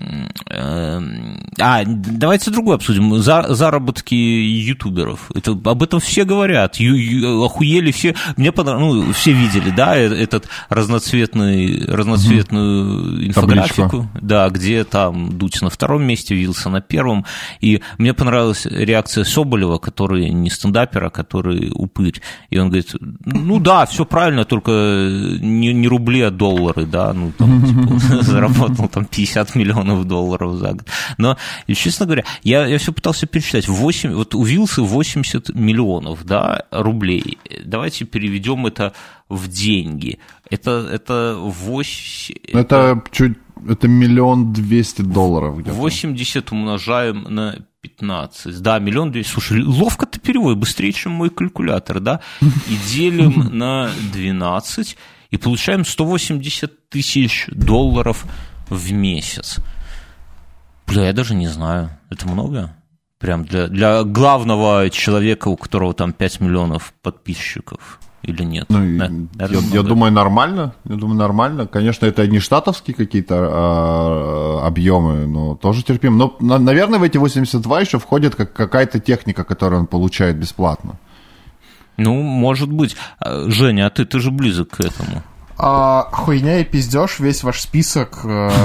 Speaker 3: А, давайте другое обсудим. За, заработки ютуберов. Это, об этом все говорят. Ю, ю, охуели все. Мне понравилось... Ну, все видели, да, этот разноцветный, разноцветную mm-hmm. инфографику. Табличку. Да, где там Дудь на втором месте, Вилса на первом. И мне понравилась реакция Соболева, который не стендапер, а который упырь. И он говорит, ну да, все правильно, только не, не рубли, а доллары, да, ну там, типа, заработал там пятьдесят миллионов долларов за год. Но, честно говоря, я, я все пытался пересчитать. восемь, вот у Вилсы восемьдесят миллионов, да, рублей. Давайте переведем это в деньги. Это, это восемь...
Speaker 1: Это чуть... Это миллион двести долларов где-то.
Speaker 3: восемьдесят умножаем на пятнадцать. Да, миллион двести. Слушай, ловко ты переводишь, быстрее, чем мой калькулятор, да? И делим на двенадцать, и получаем сто восемьдесят тысяч долларов в месяц. Бля, я даже не знаю. Это много? Прям для, для главного человека, у которого там пять миллионов подписчиков. Или нет?
Speaker 1: Ну, да, я, я думаю, нормально. Я думаю, нормально. Конечно, это не штатовские какие-то а, объемы, но тоже терпим. Но, на, наверное, в эти восемьдесят два еще входит как, какая-то техника, которую он получает бесплатно.
Speaker 3: Ну, может быть. Женя, а ты, ты же близок к этому.
Speaker 2: А, хуйня и пиздеж, весь ваш список.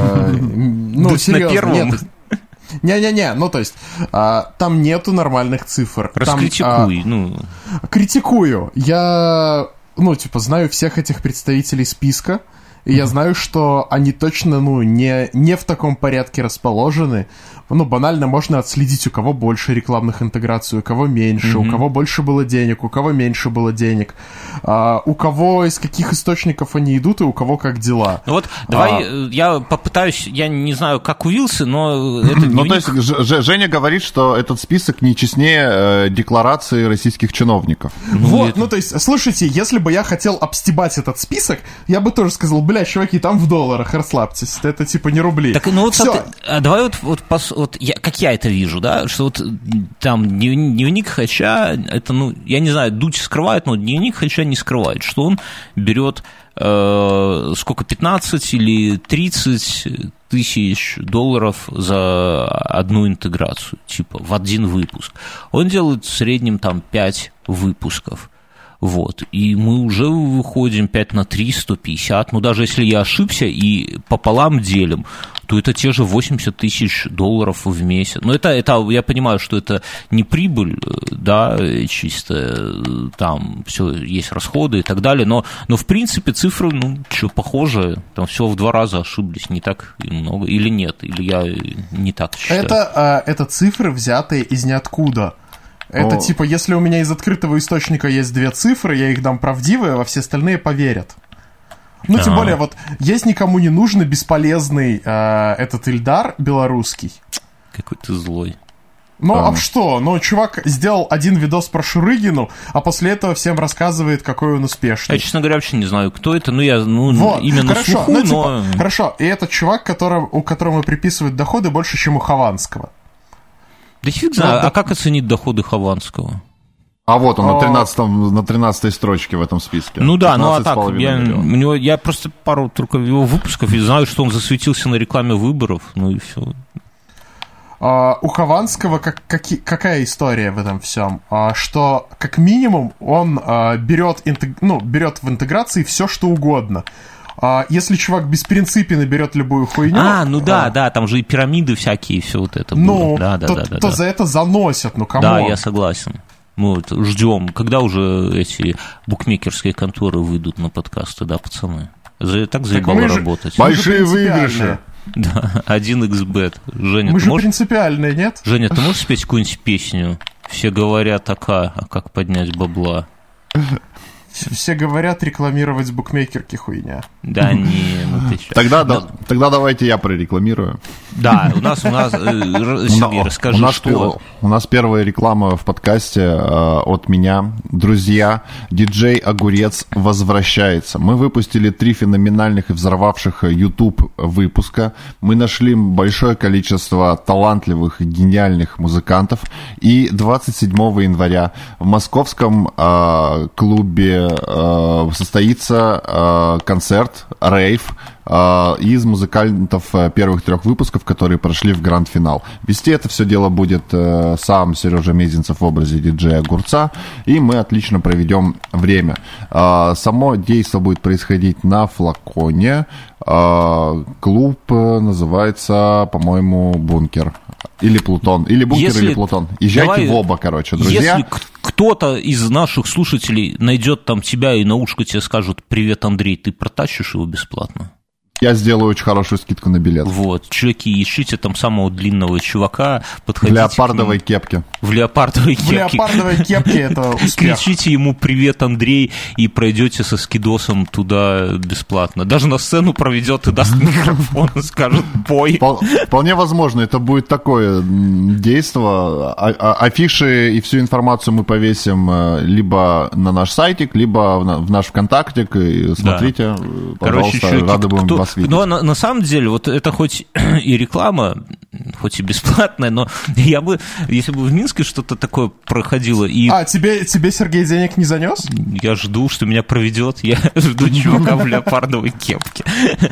Speaker 2: Ну, серьезно, Не-не-не, ну то есть, а, там нету нормальных цифр.
Speaker 3: Раскритикуй,
Speaker 2: там, а,
Speaker 3: ну.
Speaker 2: Критикую. Я, ну, типа, знаю всех этих представителей списка, и я знаю, что они точно, ну, не, не в таком порядке расположены. Ну, банально можно отследить, у кого больше рекламных интеграций, у кого меньше, mm-hmm. у кого больше было денег, у кого меньше было денег, а, у кого из каких источников они идут и у кого как дела.
Speaker 3: Ну вот, давай а... я попытаюсь, я не знаю, как у Вилсы, но это дневник...
Speaker 1: Ну, то есть Ж- Женя говорит, что этот список не честнее э, декларации российских чиновников.
Speaker 2: Ну, вот, это... ну, то есть, слушайте, если бы я хотел обстебать этот список, я бы тоже сказал, бля, чуваки, там в долларах, расслабьтесь, это типа не рубли.
Speaker 3: Так, ну вот, смотри, а давай вот, вот, пос, вот я, как я это вижу, да, что вот там дневник Хача, это, ну, я не знаю, Дудь скрывает, но дневник Хача не скрывает, что он берет э, сколько, пятнадцать или тридцать тысяч долларов за одну интеграцию, типа в один выпуск. Он делает в среднем там пять выпусков. Вот, и мы уже выходим пять на три, сто пятьдесят, ну, даже если я ошибся и пополам делим, то это те же восемьдесят тысяч долларов в месяц. Но это, это, я понимаю, что это не прибыль, да, чисто там все есть расходы и так далее, но, но в принципе цифры, ну, что, похожие, там всего в два раза ошиблись, не так и много, или нет, или я не так считаю.
Speaker 2: Это, это цифры, взятые из ниоткуда. Это О. типа, если у меня из открытого источника есть две цифры, я их дам правдивые, а во все остальные поверят. Ну, тем более, вот, есть никому не нужный, бесполезный э, этот Ильдар белорусский.
Speaker 3: Какой ты злой.
Speaker 2: Ну, а, а что? Ну, чувак сделал один видос про Шурыгину, а после этого всем рассказывает, какой он успешный.
Speaker 3: Я, честно говоря, вообще не знаю, кто это, ну, я, ну,
Speaker 2: вот.
Speaker 3: именно
Speaker 2: хорошо,
Speaker 3: слуху,
Speaker 2: ну, типа,
Speaker 3: но...
Speaker 2: Хорошо, и этот чувак, который, у которого приписывают доходы больше, чем у Хованского.
Speaker 3: Да фиг знаю, а да... как оценить доходы Хованского?
Speaker 1: А вот он на тринадцатом, на тринадцатой строчке в этом списке.
Speaker 3: Ну да, ну а так, я, у него, я просто пару только его выпусков и знаю, что он засветился на рекламе выборов, ну и все.
Speaker 2: Uh, у Хованского как, как, какая история в этом всем? Uh, что, как минимум, он uh, берет, интег... ну, берет в интеграции все, что угодно. Uh, если чувак беспринципно берет любую хуйню...
Speaker 3: А, ну да, uh, да, там же и пирамиды всякие, и все вот это
Speaker 2: ну,
Speaker 3: было. Да, да,
Speaker 2: то,
Speaker 3: да, да,
Speaker 2: то
Speaker 3: да.
Speaker 2: за это заносят, ну кому?
Speaker 3: Да, я согласен. Мы вот ждем, когда уже эти букмекерские конторы выйдут на подкасты, да, пацаны? За, так заебало так работать.
Speaker 1: Большие выигрыши.
Speaker 3: Да, один икс бет. Женя,
Speaker 2: мы же
Speaker 3: можешь...
Speaker 2: принципиальные, нет?
Speaker 3: Женя, ты можешь спеть какую-нибудь песню? Все говорят, а как поднять бабла?
Speaker 2: Все говорят, рекламировать букмекерки хуйня.
Speaker 3: Да не, ну ты что.
Speaker 1: Тогда, да, тогда давайте я прорекламирую.
Speaker 3: Да, у нас, у нас, Сергей, расскажи,
Speaker 1: у нас,
Speaker 3: что...
Speaker 1: У нас первая реклама в подкасте э, от меня. Друзья, диджей Огурец возвращается. Мы выпустили три феноменальных и взорвавших YouTube выпуска. Мы нашли большое количество талантливых и гениальных музыкантов. И двадцать седьмого января в московском э, клубе э, состоится э, концерт, рейв, из музыкантов первых трех выпусков, которые прошли в гранд-финал. Вести это все дело будет э, сам Сережа Мезенцев в образе диджея Огурца, и мы отлично проведем время. Э, само действо будет происходить на Флаконе. Э, клуб называется, по-моему, Бункер. Или Плутон. Или Бункер, если... или Плутон. Езжайте Давай... в оба, короче, друзья.
Speaker 3: Если кто-то из наших слушателей найдет там тебя и на ушко тебе скажут: «Привет, Андрей», ты протащишь его бесплатно?
Speaker 1: Я сделаю очень хорошую скидку на билет.
Speaker 3: Вот, чуваки, ищите там самого длинного чувака, подходите
Speaker 1: в леопардовой кепке.
Speaker 3: В леопардовой кепке.
Speaker 2: В леопардовой кепке это успех.
Speaker 3: Кричите ему «Привет, Андрей», и пройдете со скидосом туда бесплатно. Даже на сцену проведет и даст микрофон и скажет «пой».
Speaker 1: Вполне возможно, это будет такое действо. Афиши и всю информацию мы повесим либо на наш сайтик, либо в наш ВКонтактик. Смотрите, пожалуйста, рады будем вас.
Speaker 3: Но на, на самом деле, вот это хоть и реклама, хоть и бесплатная, но я бы, если бы в Минске что-то такое проходило и...
Speaker 2: А, тебе, тебе Сергей денег не занес?
Speaker 3: Я жду, что меня проведет, я жду чувака в леопардовой кепке.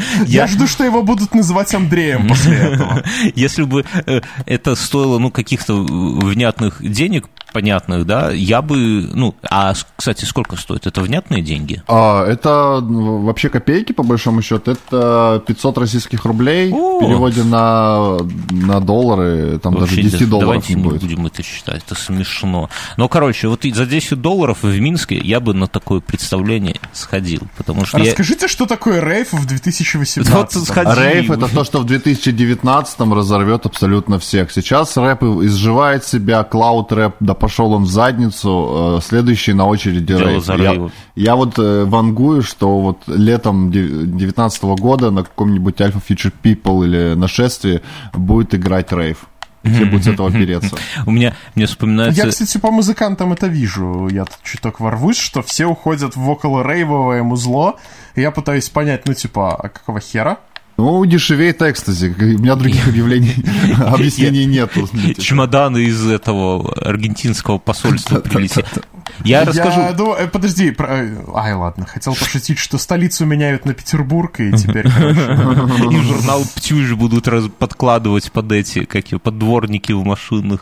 Speaker 2: Я жду, что его будут называть Андреем после этого.
Speaker 3: Если бы это стоило, ну, каких-то внятных денег, понятных, да, я бы, ну, а, кстати, сколько стоит? Это внятные деньги?
Speaker 1: А, это вообще копейки, по большому счету, это пятьсот российских рублей, О! в переводе на, на доллары, там вообще даже десять долларов
Speaker 3: давайте
Speaker 1: не будет.
Speaker 3: Давайте не будем это считать, это смешно. Но, короче, вот за десять долларов в Минске я бы на такое представление сходил, потому что
Speaker 2: Расскажите,
Speaker 3: я...
Speaker 2: что такое рейв в две тысячи восемнадцатом?
Speaker 1: Вот рейв — это то, что в две тысячи девятнадцатом разорвет абсолютно всех. Сейчас рэп изживает себя, клауд-рэп, да пошел он в задницу, следующий на очереди рейв. Я, я вот э, вангую, что вот летом девятнадцатого года на каком-нибудь Alpha Future People или Нашествии будет играть рейв. Все будут с этого переться.
Speaker 3: У меня, мне вспоминается...
Speaker 2: Я, кстати, по музыкантам это вижу. Я тут чуток ворвусь, что все уходят в около-рейвовое музло. И я пытаюсь понять, ну, типа, а какого хера?
Speaker 1: Ну, дешевеет экстази. У меня других объявлений, объяснений нету.
Speaker 3: Чемоданы из этого аргентинского посольства прилетели. Я расскажу...
Speaker 2: Я думаю, подожди, ай, ладно, хотел пошутить, что столицу меняют на Петербург, и теперь, короче...
Speaker 3: И журнал «Птюж» будут подкладывать под эти, как его, поддворники в машинах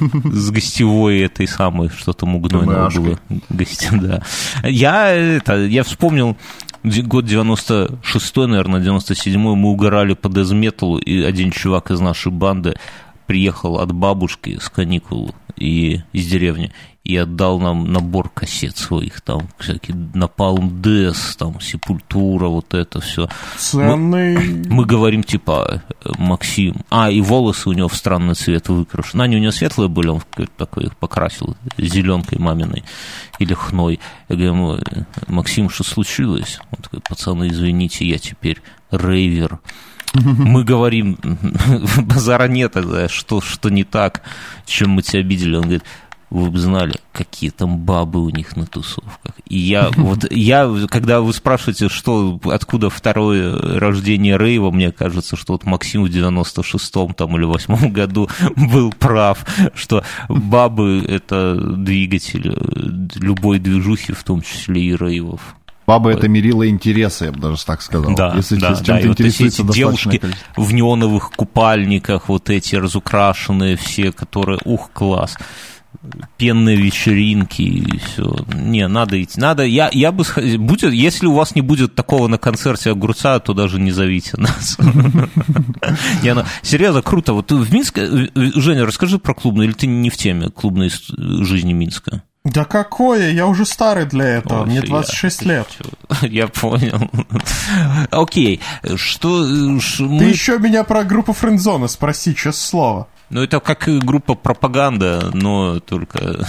Speaker 3: с гостевой этой самой, что-то мугнойного было. Да. Я, это, я вспомнил... Год девяносто шестой, наверное, девяносто седьмой, мы угорали по дэз-металу, и один чувак из нашей банды приехал от бабушки с каникул и, из деревни, и отдал нам набор кассет своих, там, всякие Napalm Death, там, Сепультура, вот это все.
Speaker 2: Ценный.
Speaker 3: Мы, мы говорим, типа, Максим, а, и волосы у него в странный цвет выкрашены. Они у него светлые были, он такой их покрасил зеленкой маминой или хной. Я говорю, Максим, что случилось? Он такой, пацаны, извините, я теперь рейвер. Мы говорим, базара нет, что, что не так, чем мы тебя обидели. Он говорит, вы бы знали, какие там бабы у них на тусовках. И я, вот, я, когда вы спрашиваете, что, откуда второе рождение рейва, мне кажется, что вот Максим в девяносто шестом там, или восьмом году был прав, что бабы — это двигатель любой движухи, в том числе и рейвов.
Speaker 1: Баба — это мерило интереса, я бы даже так сказал.
Speaker 3: Да,
Speaker 1: если
Speaker 3: да,
Speaker 1: чем-то
Speaker 3: да. И вот эти, эти девушки
Speaker 1: количество.
Speaker 3: В неоновых купальниках, вот эти разукрашенные все, которые, ух, класс. Пенные вечеринки и все. Не, надо идти. Надо. Я, я бы будет, если у вас не будет такого на концерте Огурца, то даже не зовите нас. Серьезно, круто. Вот в Минске, Женя, расскажи про клубную, или ты не в теме клубной жизни Минска?
Speaker 2: Да какое? Я уже старый для этого. Мне двадцать шесть лет.
Speaker 3: Я понял. Окей. Что...
Speaker 2: Ты еще меня про группу Френдзона спроси, честное слово.
Speaker 3: Ну, это как группа «Пропаганда», но только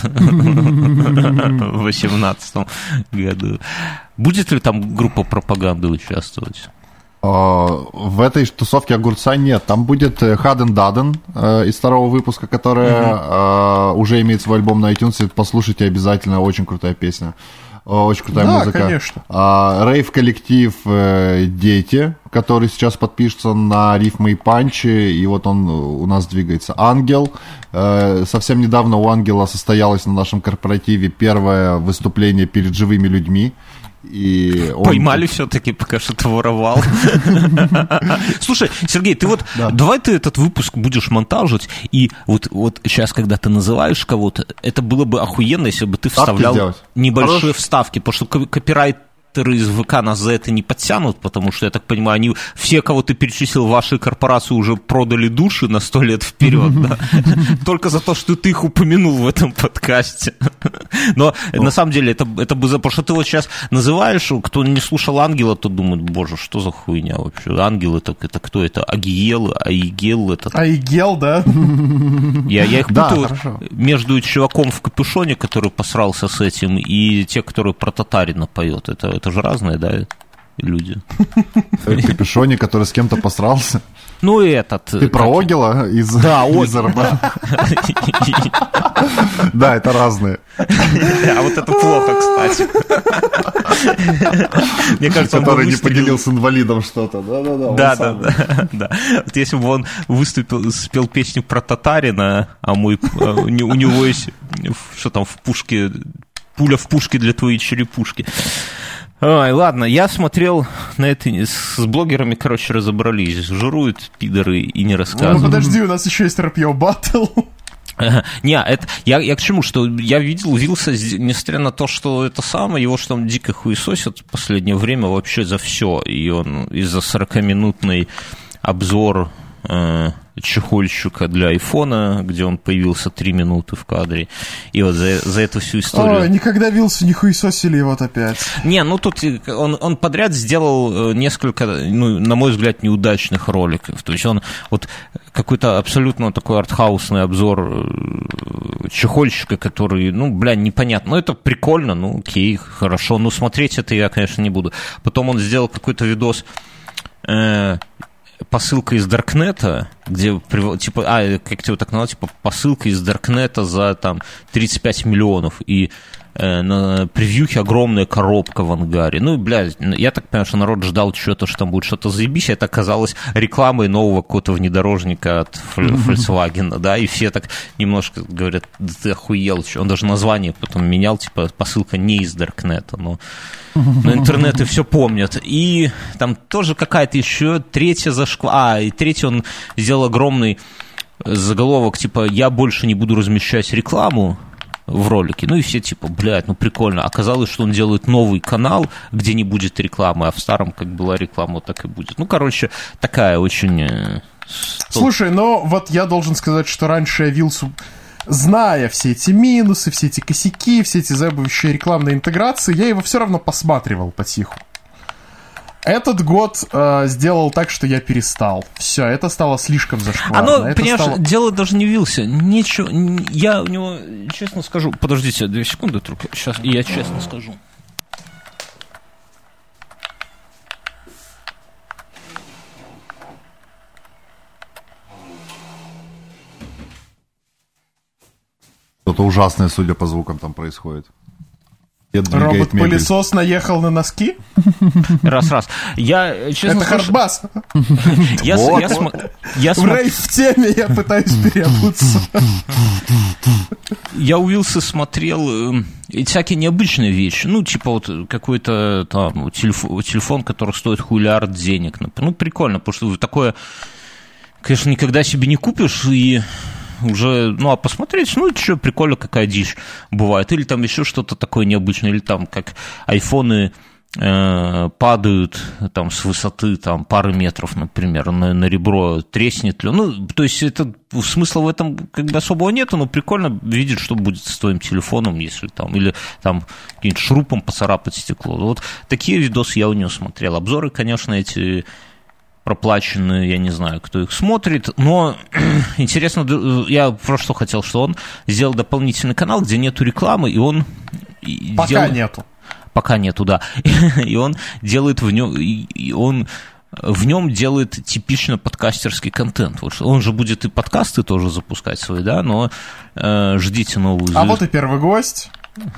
Speaker 3: в восемнадцатом году. Будет ли там группа «Пропаганда» участвовать?
Speaker 1: В этой тусовке Огурца нет. Там будет Хаден Даден из второго выпуска, которая mm-hmm. уже имеет свой альбом на iTunes. Послушайте обязательно, очень крутая песня. Очень крутая
Speaker 2: да,
Speaker 1: музыка.
Speaker 2: Конечно.
Speaker 1: Рейв-коллектив «Дети», который сейчас подпишется на рифмы и панчи, и вот он у нас двигается. «Ангел». Совсем недавно у «Ангела» состоялось на нашем корпоративе первое выступление перед живыми людьми. И он...
Speaker 3: Поймали все-таки, пока что ты воровал. Слушай, Сергей, ты вот да. давай ты этот выпуск будешь монтажить, и вот, вот сейчас, когда ты называешь кого-то, это было бы охуенно, если бы ты вставлял ставки небольшие Хорош. вставки, потому что копирайт из ВК нас за это не подтянут, потому что, я так понимаю, они все, кого ты перечислил в вашей корпорации, уже продали души на сто лет вперед, да? Только за то, что ты их упомянул в этом подкасте. Но на самом деле это, это бы за... Потому что ты вот сейчас называешь, кто не слушал «Ангела», то думает, боже, что за хуйня вообще? «Ангел» это, это кто это? Агиел, Аигел это...
Speaker 2: Аигел, да?
Speaker 3: Я, я их путаю да, между чуваком в капюшоне, который посрался с этим, и те, которые про Татарина поет. Это Это же разные, да, люди.
Speaker 1: В капюшоне, который с кем-то посрался?
Speaker 3: Ну, и этот...
Speaker 1: Ты про Огела из
Speaker 3: Да,
Speaker 1: Огела. Да, это разные.
Speaker 3: А вот это плохо, кстати. Мне кажется, он
Speaker 1: который не поделил с инвалидом что-то.
Speaker 3: Да, да, да, да. Вот если бы он выступил, спел песню про Татарина, а мой у него есть, что там в пушке, пуля в пушке для твоей черепушки. Ой, ладно, я смотрел на это, с блогерами, короче, разобрались, жируют пидоры и не рассказывают.
Speaker 2: Ну, подожди, у нас еще есть рэп-йо баттл.
Speaker 3: Не, это, я, я к чему, что я видел Вилса, несмотря на то, что это самое, его что там дико хуесосят в последнее время вообще за все, и он из-за сорокаминутный обзор э, чехольщика для айфона, где он появился три минуты в кадре, и вот за, за эту всю историю...
Speaker 2: Ой, никогда Вилса не хуесосили вот опять.
Speaker 3: Не, ну тут он, он подряд сделал несколько, ну, на мой взгляд, неудачных роликов, то есть он вот какой-то абсолютно такой артхаусный обзор чехольщика, который, ну, бля, непонятно, ну, это прикольно, ну, окей, хорошо, но смотреть это я, конечно, не буду. Потом он сделал какой-то видос... Э- посылка из Даркнета, где, типа, а, как тебя так назвал, типа, посылка из Даркнета за, там, тридцать пять миллионов, и э, на превьюхе огромная коробка в ангаре. Ну, блядь, я так понимаю, что народ ждал что-то, что там будет что-то заебись, а это оказалось рекламой нового какого-то внедорожника от Volkswagen, да, и все так немножко говорят, да ты охуел, что? Он даже название потом менял, типа, посылка не из Даркнета, но... Но интернеты все помнят. И там тоже какая-то еще третья зашква... А, и третий он сделал огромный заголовок, типа, я больше не буду размещать рекламу в ролике. Ну и все типа, блядь, ну прикольно. Оказалось, что он делает новый канал, где не будет рекламы, а в старом, как была реклама, вот так и будет. Ну, короче, такая очень...
Speaker 2: Слушай, но вот я должен сказать, что раньше я Вилсу зная все эти минусы, все эти косяки, все эти заебывающие рекламные интеграции, я его все равно посматривал потиху. Этот год э, сделал так, что я перестал. Все, это стало слишком зашкварно.
Speaker 3: Оно,
Speaker 2: это
Speaker 3: понимаешь,
Speaker 2: стало...
Speaker 3: дело даже не Вилсе. Ничего, я у него, честно скажу... Подождите, две секунды только. Сейчас я честно скажу.
Speaker 1: Что-то ужасное, судя по звукам, там происходит.
Speaker 2: Робот-пылесос наехал на носки?
Speaker 3: Раз-раз. Я, честно,
Speaker 2: это хардбас.
Speaker 3: Я,
Speaker 1: вот.
Speaker 3: я, см... я
Speaker 2: см... В рейв в теме я пытаюсь переобуться.
Speaker 3: Я у Вилса смотрел э, всякие необычные вещи. Ну, типа вот какой-то там телефон, телефон, который стоит хулиард денег. Ну, прикольно, потому что такое, конечно, никогда себе не купишь, и... уже, ну, а посмотреть, ну, что, прикольно, какая дичь бывает. Или там еще что-то такое необычное, или там, как айфоны э, падают там с высоты там пары метров, например, на, на ребро, треснет ли. Ну, то есть это, смысла в этом как бы особого нету, но прикольно видеть, что будет с твоим телефоном, если там, или там каким-нибудь шурупом поцарапать стекло. Вот такие видосы я у него смотрел. Обзоры, конечно, эти... проплаченные, я не знаю, кто их смотрит, но интересно, я просто что хотел, что он сделал дополнительный канал, где нету рекламы, и он...
Speaker 2: Пока
Speaker 3: дел...
Speaker 2: нету.
Speaker 3: Пока нету, да. И он делает в нем... И он в нем делает типично подкастерский контент. Вот он же будет и подкасты тоже запускать свои, да, но э, ждите новую...
Speaker 2: А вот и первый гость...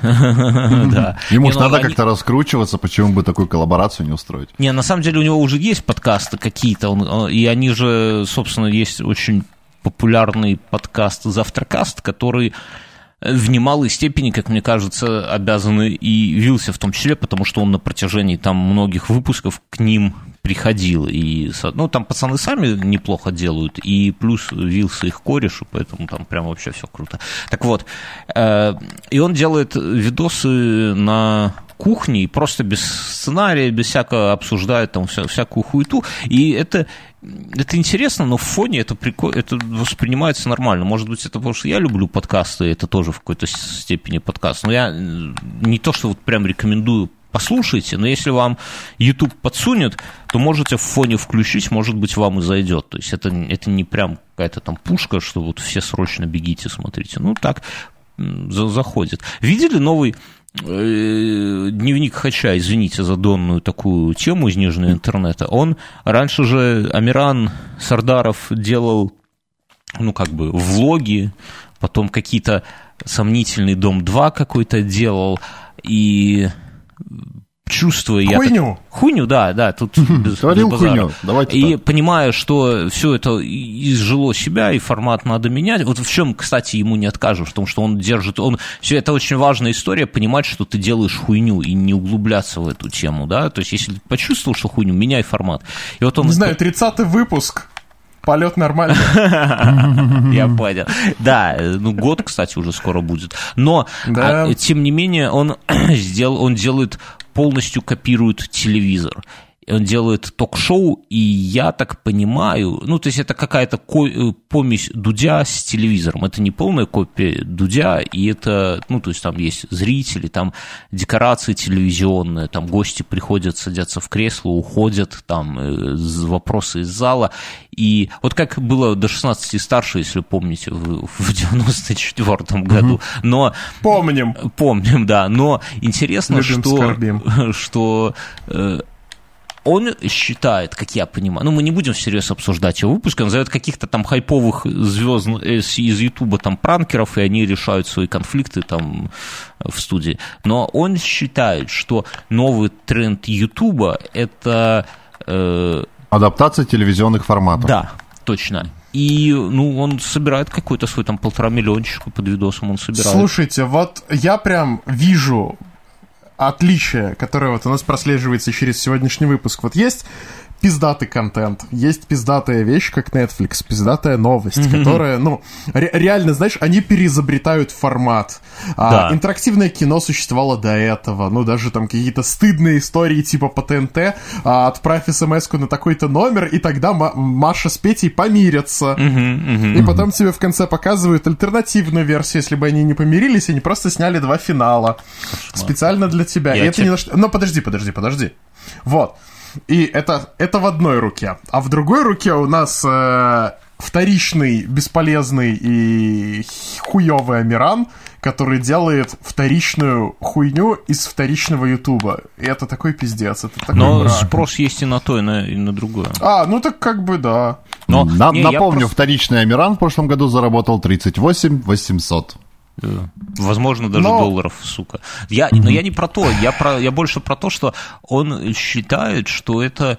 Speaker 3: Да.
Speaker 1: Ему же надо как-то раскручиваться, почему бы такую коллаборацию не устроить.
Speaker 3: Не, на самом деле у него уже есть подкасты какие-то, и они же, собственно, есть очень популярный подкаст «Завтракаст», который в немалой степени, как мне кажется, обязаны и Вилсе в том числе, потому что он на протяжении там многих выпусков к ним приходил. И, ну, там пацаны сами неплохо делают, и плюс Вилса их кореш, поэтому там прям вообще все круто. Так вот, э, и он делает видосы на кухне, и просто без сценария, без всякого обсуждает там вся, всякую хуету, и это... Это интересно, но в фоне это, прикольно, это воспринимается нормально. Может быть, это потому, что я люблю подкасты, это тоже в какой-то степени подкаст. Но я не то, что вот прям рекомендую, послушайте, но если вам YouTube подсунет, то можете в фоне включить, может быть, вам и зайдет. То есть это, это не прям какая-то там пушка, что вот все срочно бегите, смотрите. Ну, так заходит. Видели новый... Дневник Хача, извините за донную такую тему из нижнего интернета, он раньше же, Амиран Сардаров, делал, ну, как бы, влоги, потом какие-то сомнительный Дом два какой-то делал, и... чувствуя...
Speaker 2: Хуйню.
Speaker 3: Я... Хуйню, да, да. Тут
Speaker 1: Творил хуйню, давайте
Speaker 3: И
Speaker 1: так.
Speaker 3: понимая, что все это изжило себя, и формат надо менять. Вот в чем, кстати, ему не откажешь, в том, что он держит... Он... Все это очень важная история, понимать, что ты делаешь хуйню, и не углубляться в эту тему, да. То есть, если ты почувствовал, что хуйню, меняй формат. И вот он...
Speaker 2: Не знаю, тридцатый выпуск... Полет нормальный.
Speaker 3: Я понял. Да, ну год, кстати, уже скоро будет. Но, да. а, тем не менее, он, сделал, он делает, полностью копирует телевизор. Он делает ток-шоу, и я так понимаю, ну, то есть это какая-то ко- помесь Дудя с телевизором. Это не полная копия Дудя, и это, ну, то есть там есть зрители, там декорации телевизионные, там гости приходят, садятся в кресло, уходят, там э, вопросы из зала. И вот как было до шестнадцати старше, если помните, в, в девяносто четвёртом году. Но,
Speaker 2: помним.
Speaker 3: Помним, да. Но интересно,
Speaker 2: Любим,
Speaker 3: что...
Speaker 2: скорбим.
Speaker 3: что э, он считает, как я понимаю, ну, мы не будем всерьез обсуждать его выпуск, он назовет каких-то там хайповых звезд из Ютуба, там, пранкеров, и они решают свои конфликты там в студии. Но он считает, что новый тренд Ютуба – это... Э,
Speaker 1: адаптация телевизионных форматов.
Speaker 3: Да, точно. И, ну, он собирает какой-то свой там полтора миллиончика под видосом, он собирает.
Speaker 2: Слушайте, вот я прям вижу... отличие, которое вот у нас прослеживается через сегодняшний выпуск. Вот есть пиздатый контент, есть пиздатая вещь, как Netflix, пиздатая новость, mm-hmm. которая, ну, ре- реально, знаешь, они переизобретают формат.
Speaker 3: Да.
Speaker 2: А, интерактивное кино существовало до этого, ну, даже там какие-то стыдные истории типа по ТНТ, а, отправь смс-ку на такой-то номер, и тогда М- Маша с Петей помирятся.
Speaker 3: Mm-hmm. Mm-hmm.
Speaker 2: И потом тебе в конце показывают альтернативную версию, если бы они не помирились, они просто сняли два финала. Кошмар. Специально для тебя.
Speaker 3: Я
Speaker 2: и это
Speaker 3: те...
Speaker 2: не на что... Но подожди, подожди, подожди. Вот. И это, это в одной руке. А в другой руке у нас э, вторичный, бесполезный и хуёвый Амиран, который делает вторичную хуйню из вторичного Ютуба. И это такой пиздец. Это такой
Speaker 3: Но
Speaker 2: мрак.
Speaker 3: Спрос есть и на то, и на, и на другое.
Speaker 2: А, ну так как бы да.
Speaker 1: Но, на,
Speaker 3: не,
Speaker 1: напомню,
Speaker 3: просто...
Speaker 1: вторичный Амиран в прошлом году заработал тридцать восемь тысяч восемьсот.
Speaker 3: Возможно, даже но... долларов, сука. Я, но я не про то, я, про, я больше про то, что он считает, что это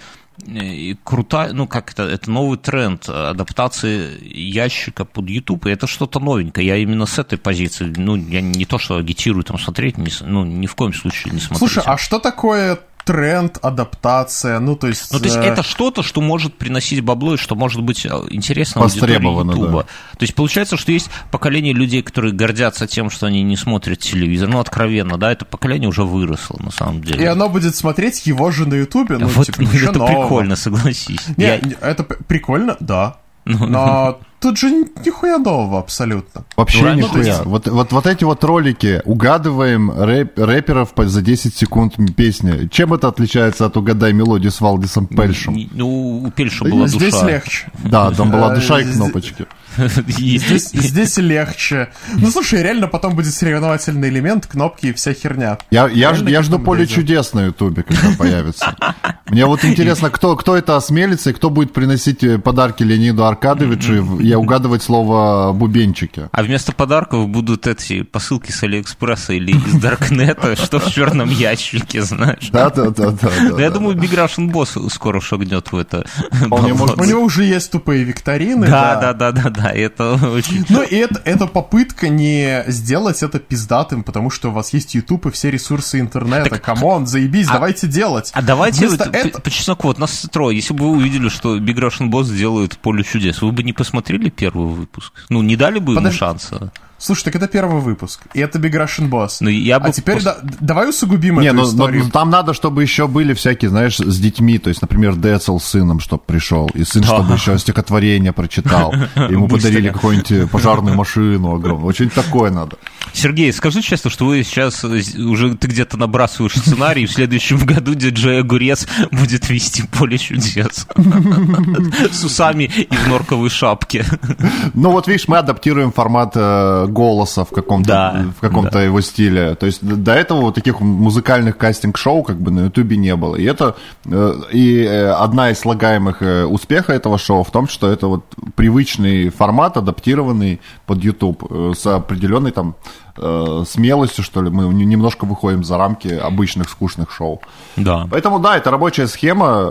Speaker 3: крутая, ну как это, это новый тренд адаптации ящика под YouTube, и это что-то новенькое. Я именно с этой позиции, ну, я не то, что агитирую там смотреть, не, ну, ни в коем случае не смотреть.
Speaker 2: Слушай, а что такое тренд, адаптация, ну, то есть...
Speaker 3: Ну, то есть, э... это что-то, что может приносить бабло, и что может быть интересно аудитории Ютуба. Да. То есть, получается, что есть поколение людей, которые гордятся тем, что они не смотрят телевизор. Ну, откровенно, да, это поколение уже выросло, на самом деле.
Speaker 2: И оно будет смотреть его же на Ютубе, ну,
Speaker 3: вот,
Speaker 2: типа,
Speaker 3: это
Speaker 2: нового.
Speaker 3: Прикольно, согласись.
Speaker 2: Не,
Speaker 3: Я...
Speaker 2: это прикольно, да. Но тут же нихуя нового абсолютно.
Speaker 1: Вообще ну, нихуя. Есть... Вот, вот, вот эти вот ролики, угадываем рэп, рэперов за десять секунд песни. Чем это отличается от «Угадай мелодию» с Валдисом Пельшем?
Speaker 3: Ну, у Пельша была
Speaker 2: здесь
Speaker 3: душа.
Speaker 2: Здесь легче.
Speaker 1: Да, там была душа и кнопочки.
Speaker 2: Здесь, здесь легче. Ну, слушай, реально потом будет соревновательный элемент, кнопки и вся херня.
Speaker 1: Я, я, ж, я жду «Поле чудес» на Ютубе, когда появится. Мне вот интересно, кто, кто это осмелится и кто будет приносить подарки Леониду Аркадьевичу и угадывать слово «бубенчики».
Speaker 3: А вместо подарков будут эти посылки с Алиэкспресса или из Даркнета, что в черном ящике, знаешь.
Speaker 1: Да-да-да.
Speaker 3: Я думаю, Big Russian Boss скоро шагнет в это.
Speaker 2: У него уже есть тупые викторины.
Speaker 3: Да-да-да-да. Это очень...
Speaker 2: Ну, и это, это попытка не сделать это пиздатым, потому что у вас есть YouTube и все ресурсы интернета. Камон, заебись, а, давайте делать.
Speaker 3: А давайте, вот,
Speaker 2: это...
Speaker 3: по, по чесноку, вот нас трое. Если бы вы увидели, что Big Russian Boss делает «Поле чудес», вы бы не посмотрели первый выпуск? Ну, не дали бы Подож... ему шанса?
Speaker 2: Слушай, так это первый выпуск, и это Big Russian Boss.
Speaker 3: Ну, я бы
Speaker 2: а теперь
Speaker 3: пос...
Speaker 2: да, давай усугубим
Speaker 1: не,
Speaker 2: эту
Speaker 1: но,
Speaker 2: историю.
Speaker 1: Но, там надо, чтобы еще были всякие, знаешь, с детьми, то есть, например, Децл с сыном, чтобы пришел, и сын, чтобы еще стихотворение прочитал, ему подарили какую-нибудь пожарную машину огромную, очень такое надо.
Speaker 3: Сергей, скажи честно, что вы сейчас уже, ты где-то набрасываешь сценарий, и в следующем году диджей Огурец будет вести «Поле чудес» с усами и в норковой шапке.
Speaker 1: Ну вот видишь, мы адаптируем формат голоса в каком каком-то,
Speaker 3: да,
Speaker 1: в каком-то
Speaker 3: да.
Speaker 1: его стиле. То есть до этого вот таких музыкальных кастинг-шоу как бы на Ютубе не было. И это и одна из слагаемых успеха этого шоу в том, что это вот привычный формат, адаптированный под Ютуб с определенной там смелостью, что ли, мы немножко выходим за рамки обычных скучных шоу.
Speaker 3: Да.
Speaker 1: Поэтому, да, это рабочая схема,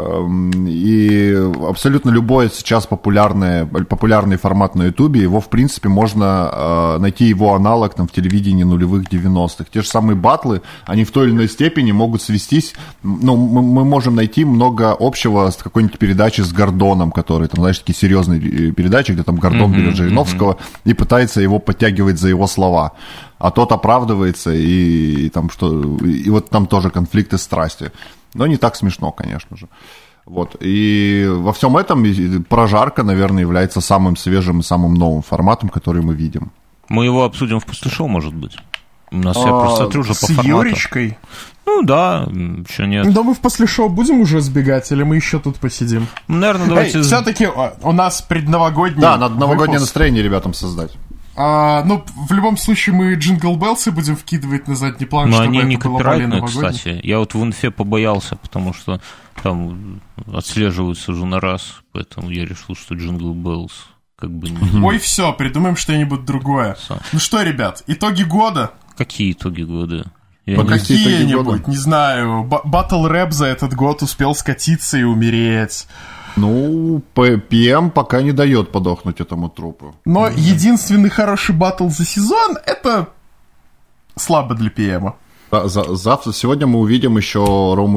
Speaker 1: и абсолютно любой сейчас популярный, популярный формат на Ютубе, его, в принципе, можно найти его аналог там в телевидении нулевых девяностых. Те же самые батлы, они в той или иной степени могут свестись, ну, мы, мы можем найти много общего с какой-нибудь передачей с Гордоном, который, там, знаешь, такие серьезные передачи, где там Гордон берет mm-hmm, Жириновского mm-hmm. и пытается его подтягивать за его слова. А тот оправдывается, и, и там что, и вот там тоже конфликты страсти. Но не так смешно, конечно же. Вот. И во всем этом прожарка, наверное, является самым свежим и самым новым форматом, который мы видим.
Speaker 3: Мы его обсудим в после шоу, может быть. У нас я
Speaker 2: а,
Speaker 3: просто смотрю уже по
Speaker 2: с
Speaker 3: формату.
Speaker 2: Юричкой?
Speaker 3: Ну да, еще нет.
Speaker 2: Да мы в после шоу будем уже сбегать, или мы еще тут посидим?
Speaker 3: Наверное, давайте...
Speaker 2: Эй, все-таки у нас предновогодний
Speaker 1: Да, надо новогоднее
Speaker 2: выпуск.
Speaker 1: Настроение ребятам создать.
Speaker 2: А, ну, в любом случае, мы джингл беллсы будем вкидывать на задний план,
Speaker 3: но
Speaker 2: чтобы
Speaker 3: они
Speaker 2: это
Speaker 3: не
Speaker 2: было
Speaker 3: копирайтные, кстати. Я вот в инфе побоялся, потому что там отслеживаются уже на раз, поэтому я решил, что джингл беллс как бы не...
Speaker 2: Ой, все, придумаем что-нибудь другое. Все. Ну что, ребят, итоги года?
Speaker 3: Какие итоги года?
Speaker 2: Ну, какие-нибудь, не знаю, батл рэп за этот год успел скатиться и умереть.
Speaker 1: Ну, пи эм пока не дает подохнуть этому трупу.
Speaker 2: Но mm-hmm. единственный хороший батл за сезон — это слабо для пи эм.
Speaker 1: За, завтра, сегодня мы увидим еще Рому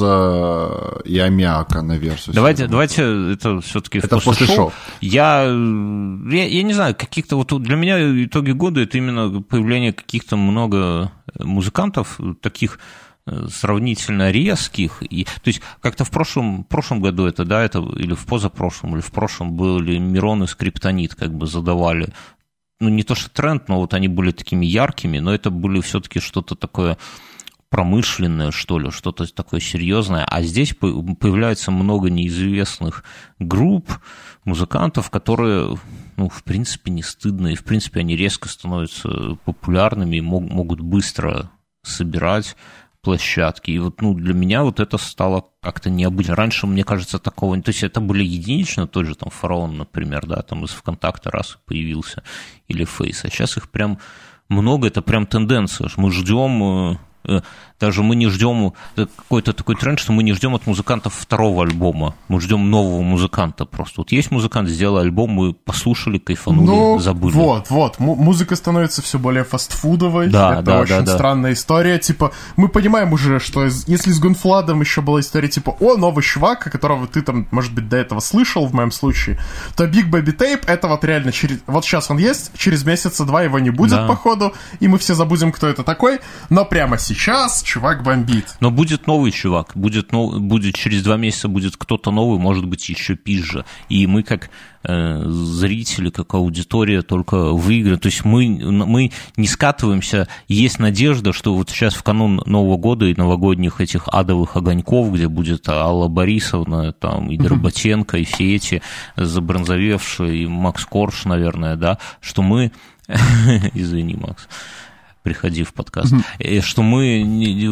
Speaker 1: Тилза и Аммиака на версию.
Speaker 3: Давайте, давайте это все-таки
Speaker 1: это после, после шоу. шоу.
Speaker 3: Я, я, я не знаю, каких-то вот для меня итоги года это именно появление каких-то много музыкантов, таких сравнительно резких. И, то есть как-то в прошлом, прошлом году это, да, это или в позапрошлом, или в прошлом были Мирон и Скриптонит, как бы задавали. Ну, не то что тренд, но вот они были такими яркими, но это были все-таки что-то такое промышленное, что ли, что-то такое серьезное. А здесь появляется много неизвестных групп, музыкантов, которые, ну, в принципе, не стыдно, и, в принципе, они резко становятся популярными и мог, могут быстро собирать площадки. И вот, ну, для меня вот это стало как-то необычно. Раньше, мне кажется, такого... То есть это были единично, тот же там Фараон, например, да, там из ВКонтакта раз появился, или Фейс. А сейчас их прям много, это прям тенденция. Мы ждем... Даже мы не ждем какой-то такой тренд, что мы не ждем от музыкантов второго альбома. Мы ждем нового музыканта просто. Вот есть музыкант, сделал альбом, мы послушали, кайфанули, ну, забыли.
Speaker 2: Вот, вот. М- музыка становится все более фастфудовой.
Speaker 3: Да,
Speaker 2: это
Speaker 3: да,
Speaker 2: очень
Speaker 3: да,
Speaker 2: странная
Speaker 3: да.
Speaker 2: история. Типа, мы понимаем уже, что из, если с Гунфладом еще была история типа, о, новый чувак, которого ты там, может быть, до этого слышал, в моем случае, то Big Baby Tape, это вот реально через... Вот сейчас он есть, через месяца два его не будет, да. Походу, и мы все забудем, кто это такой. Но прямо сейчас чувак бомбит.
Speaker 3: Но будет новый чувак, будет, нов... будет через два месяца будет кто-то новый, может быть, еще пизже. И мы как э, зрители, как аудитория только выиграем. То есть мы, мы не скатываемся. Есть надежда, что вот сейчас в канун Нового года и новогодних этих адовых огоньков, где будет Алла Борисовна, там, и Дроботенко, и все эти забронзовевшие, и Макс Корж, наверное, да, что мы... Извини, Макс. Приходи в подкаст, mm-hmm. что мы,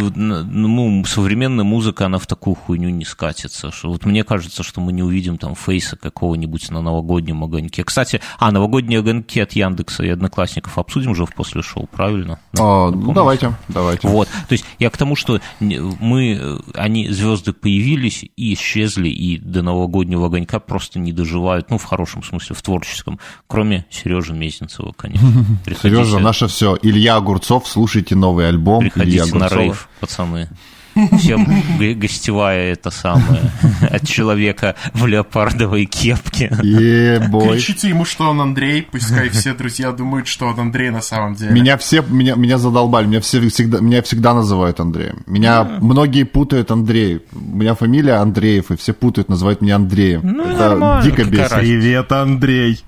Speaker 3: ну, современная музыка, она в такую хуйню не скатится. Что вот мне кажется, что мы не увидим там Фейса какого-нибудь на новогоднем огоньке. Кстати, а, новогодние огоньки от Яндекса и Одноклассников обсудим уже в после шоу, правильно?
Speaker 1: А, ну, давайте, давайте.
Speaker 3: Вот, то есть я к тому, что мы, они, звезды появились и исчезли, и до новогоднего огонька просто не доживают, ну, в хорошем смысле, в творческом, кроме Сережи Мезенцева, конечно.
Speaker 1: Сережа, наше все. Илья Огурцов, слушайте новый альбом.
Speaker 3: Приходите на рейв, пацаны. Всем гостевая это самое от человека в леопардовой кепке.
Speaker 1: Е-бой.
Speaker 2: Кричите ему, что он Андрей, пускай все друзья думают, что он Андрей на самом деле.
Speaker 1: Меня все, меня, меня задолбали, меня все всегда, меня всегда называют Андреем. Меня mm. многие путают Андрей. У меня фамилия Андреев, и все путают, называют меня Андреем.
Speaker 3: Ну,
Speaker 1: это нормально. Дико бесит.
Speaker 2: Привет, Андрей.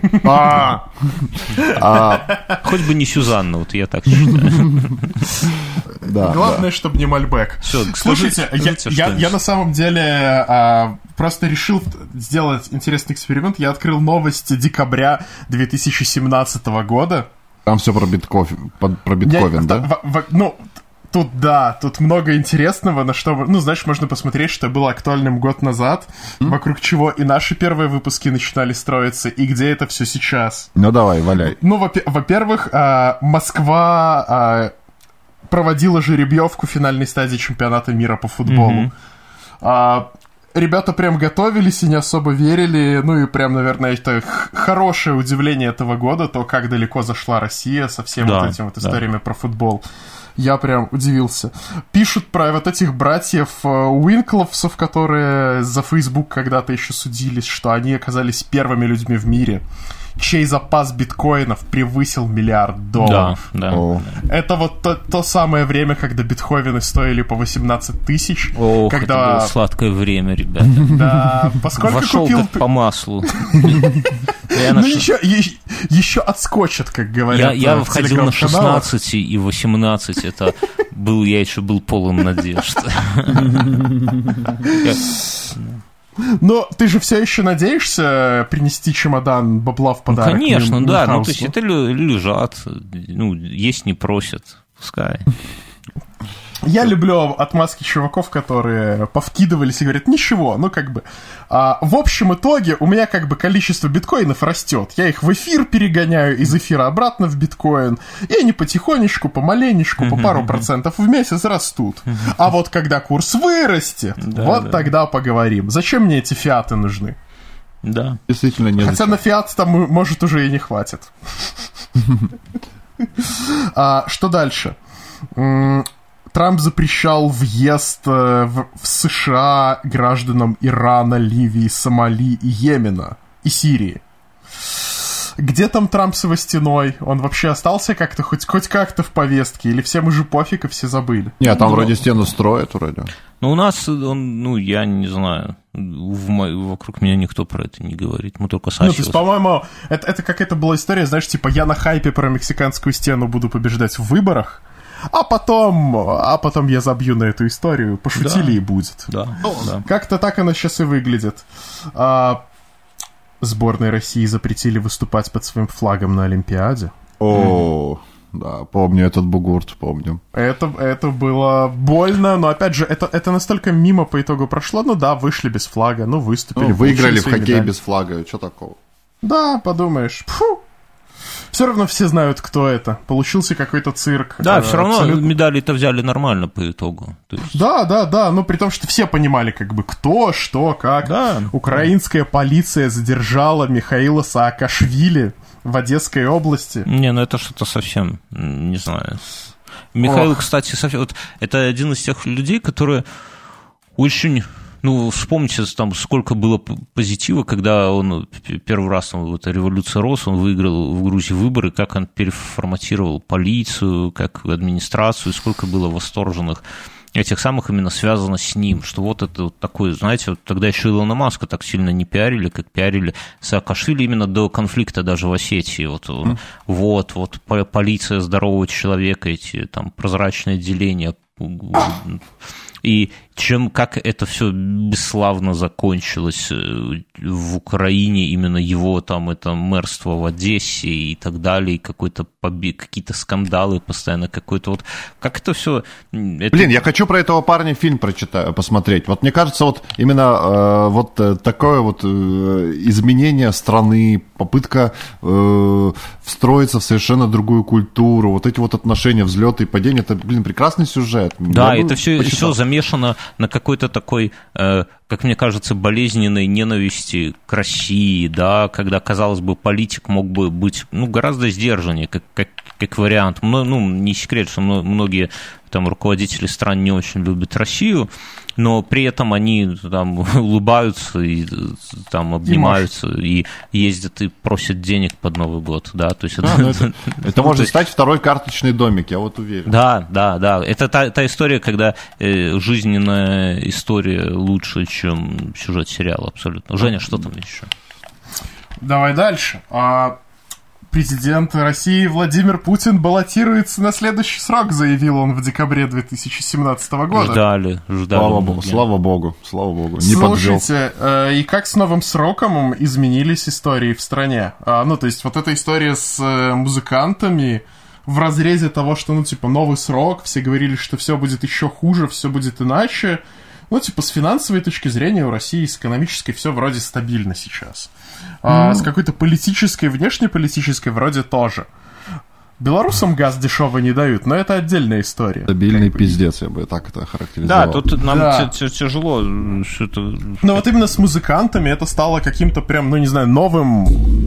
Speaker 3: Хоть бы не Сюзанна, вот я так считаю.
Speaker 2: Главное, чтобы не Мальбек.
Speaker 3: Все,
Speaker 2: слушайте, скажите, я, я, я на самом деле а, просто решил сделать интересный эксперимент. Я открыл новости декабря две тысячи семнадцатого года.
Speaker 1: Там все про биткоин, про биткоин, я, да? В,
Speaker 2: в, ну, тут да, тут много интересного, на что, ну, знаешь, можно посмотреть, что было актуальным год назад, mm? вокруг чего и наши первые выпуски начинали строиться, и где это все сейчас.
Speaker 1: Ну давай, валяй.
Speaker 2: Ну, во-первых, а, Москва... А, проводила жеребьевку финальной стадии чемпионата мира по футболу. Mm-hmm. А, ребята прям готовились и не особо верили. Ну и прям, наверное, это х- хорошее удивление этого года, то, как далеко зашла Россия со всеми да, вот этими вот историями да. про футбол. Я прям удивился. Пишут про вот этих братьев Уинкловсов, которые за Facebook когда-то еще судились, что они оказались первыми людьми в мире, чей запас биткоинов превысил миллиард долларов.
Speaker 3: Да, да.
Speaker 2: Это вот то, то самое время, когда биткоины стоили по восемнадцать тысяч.
Speaker 3: Ох,
Speaker 2: когда...
Speaker 3: это было сладкое время, ребята.
Speaker 2: Да, поскольку
Speaker 3: вошел
Speaker 2: купил...
Speaker 3: как по маслу.
Speaker 2: Ну еще отскочат, как говорят.
Speaker 3: Я входил на шестнадцать и восемнадцать. Это был, я еще был полон надежд.
Speaker 2: Но ты же все еще надеешься принести чемодан бабла в подарок?
Speaker 3: Ну, конечно, да. Ну, то есть это лежат, ну, есть не просят, пускай.
Speaker 2: Я люблю отмазки чуваков, которые повкидывались и говорят, ничего, ну как бы. А, в общем итоге у меня как бы количество биткоинов растет. Я их в эфир перегоняю, из эфира обратно в биткоин. И они потихонечку, помаленечку, по пару процентов в месяц растут. А вот когда курс вырастет, да, вот да. тогда поговорим. Зачем мне эти фиаты нужны?
Speaker 3: Да.
Speaker 1: Действительно не
Speaker 2: Хотя зачем. На фиат там, может, уже и не хватит. Что дальше? Трамп запрещал въезд в, в США гражданам Ирана, Ливии, Сомали и Йемена, и Сирии. Где там Трамп с его стеной? Он вообще остался как-то, хоть, хоть как-то в повестке? Или всем уже пофиг, и все забыли?
Speaker 1: Нет, там ну, вроде стену строят вроде.
Speaker 3: Ну, у нас, он, ну, я не знаю, в мо... вокруг меня никто про это не говорит. Мы только Саши.
Speaker 2: Ну, то есть, по-моему, это, это какая-то была история, знаешь, типа, я на хайпе про мексиканскую стену буду побеждать в выборах, а потом, а потом я забью на эту историю, пошутили да. и будет.
Speaker 3: Да,
Speaker 2: ну,
Speaker 3: да.
Speaker 2: Как-то так оно сейчас и выглядит. А, сборной России запретили выступать под своим флагом на Олимпиаде.
Speaker 1: О, mm. да, помню этот бугурт, помню.
Speaker 2: Это, это было больно, но, опять же, это, это настолько мимо по итогу прошло. Ну да, вышли без флага, ну выступили.
Speaker 1: Ну, выиграли в хоккей медали. Без флага, что такого?
Speaker 2: Да, подумаешь. Фу. Все равно все знают, кто это. Получился какой-то цирк.
Speaker 3: Да, все равно абсолютно... медали-то взяли нормально по итогу.
Speaker 2: То есть... Да, да, да, но при том, что все понимали, как бы, кто, что, как.
Speaker 3: Да.
Speaker 2: Украинская полиция задержала Михаила Саакашвили в Одесской области.
Speaker 3: Не, ну это что-то совсем, не знаю. Михаил, Ох. кстати, совсем... Вот, это один из тех людей, которые очень... Ну, вспомните, там, сколько было позитива, когда он первый раз, там, вот, революция рос, он выиграл в Грузии выборы, как он переформатировал полицию, как администрацию, сколько было восторженных этих самых именно связано с ним, что вот это вот такое, знаете, вот тогда еще Илона Маска так сильно не пиарили, как пиарили Саакашвили именно до конфликта даже в Осетии, вот, mm. вот, вот полиция здорового человека, эти там прозрачные отделения, и чем, как это все бесславно закончилось в Украине, именно его там это мэрство в Одессе и так далее, и какой-то побег, какие-то скандалы постоянно, какой-то вот, как это все... Это...
Speaker 1: Блин, я хочу про этого парня фильм прочитать, посмотреть. Вот мне кажется, вот именно э, вот такое вот э, изменение страны, попытка э, встроиться в совершенно другую культуру, вот эти вот отношения, взлеты и падения, это, блин, прекрасный сюжет.
Speaker 3: Да, я это все, все замешано на какой-то такой, э, как мне кажется, болезненной ненависти к России, да, когда, казалось бы, политик мог бы быть, ну, гораздо сдержаннее, как, как, как вариант. Ну, не секрет, что многие там руководители стран не очень любят Россию, но при этом они там улыбаются и там обнимаются и, и ездят и просят денег под Новый год, да, то есть
Speaker 1: а, это, это, это может стать второй карточный домик, я вот уверен.
Speaker 3: Да, да, да, это та, та история, когда э, жизненная история лучше, чем сюжет сериала, абсолютно. Женя, что там еще?
Speaker 2: Давай дальше. А... Президент России Владимир Путин баллотируется на следующий срок, заявил он в декабре две тысячи семнадцатого года.
Speaker 3: Ждали, ждали.
Speaker 1: Слава богу, слава богу, слава богу.
Speaker 2: Не Слушайте, э, и как с новым сроком изменились истории в стране? А, ну, то есть вот эта история с э, музыкантами в разрезе того, что, ну, типа, новый срок, все говорили, что все будет еще хуже, все будет иначе. Ну, типа, с финансовой точки зрения у России, с экономической все вроде стабильно сейчас. А, mm. С какой-то политической, внешнеполитической вроде тоже. Белорусам газ дешевый не дают, но это отдельная история.
Speaker 1: Стабильный пиздец, я бы так это характеризовал.
Speaker 3: Да, тут нам да. тяжело что-то...
Speaker 2: Но вот именно с музыкантами это стало каким-то прям, ну не знаю, новым,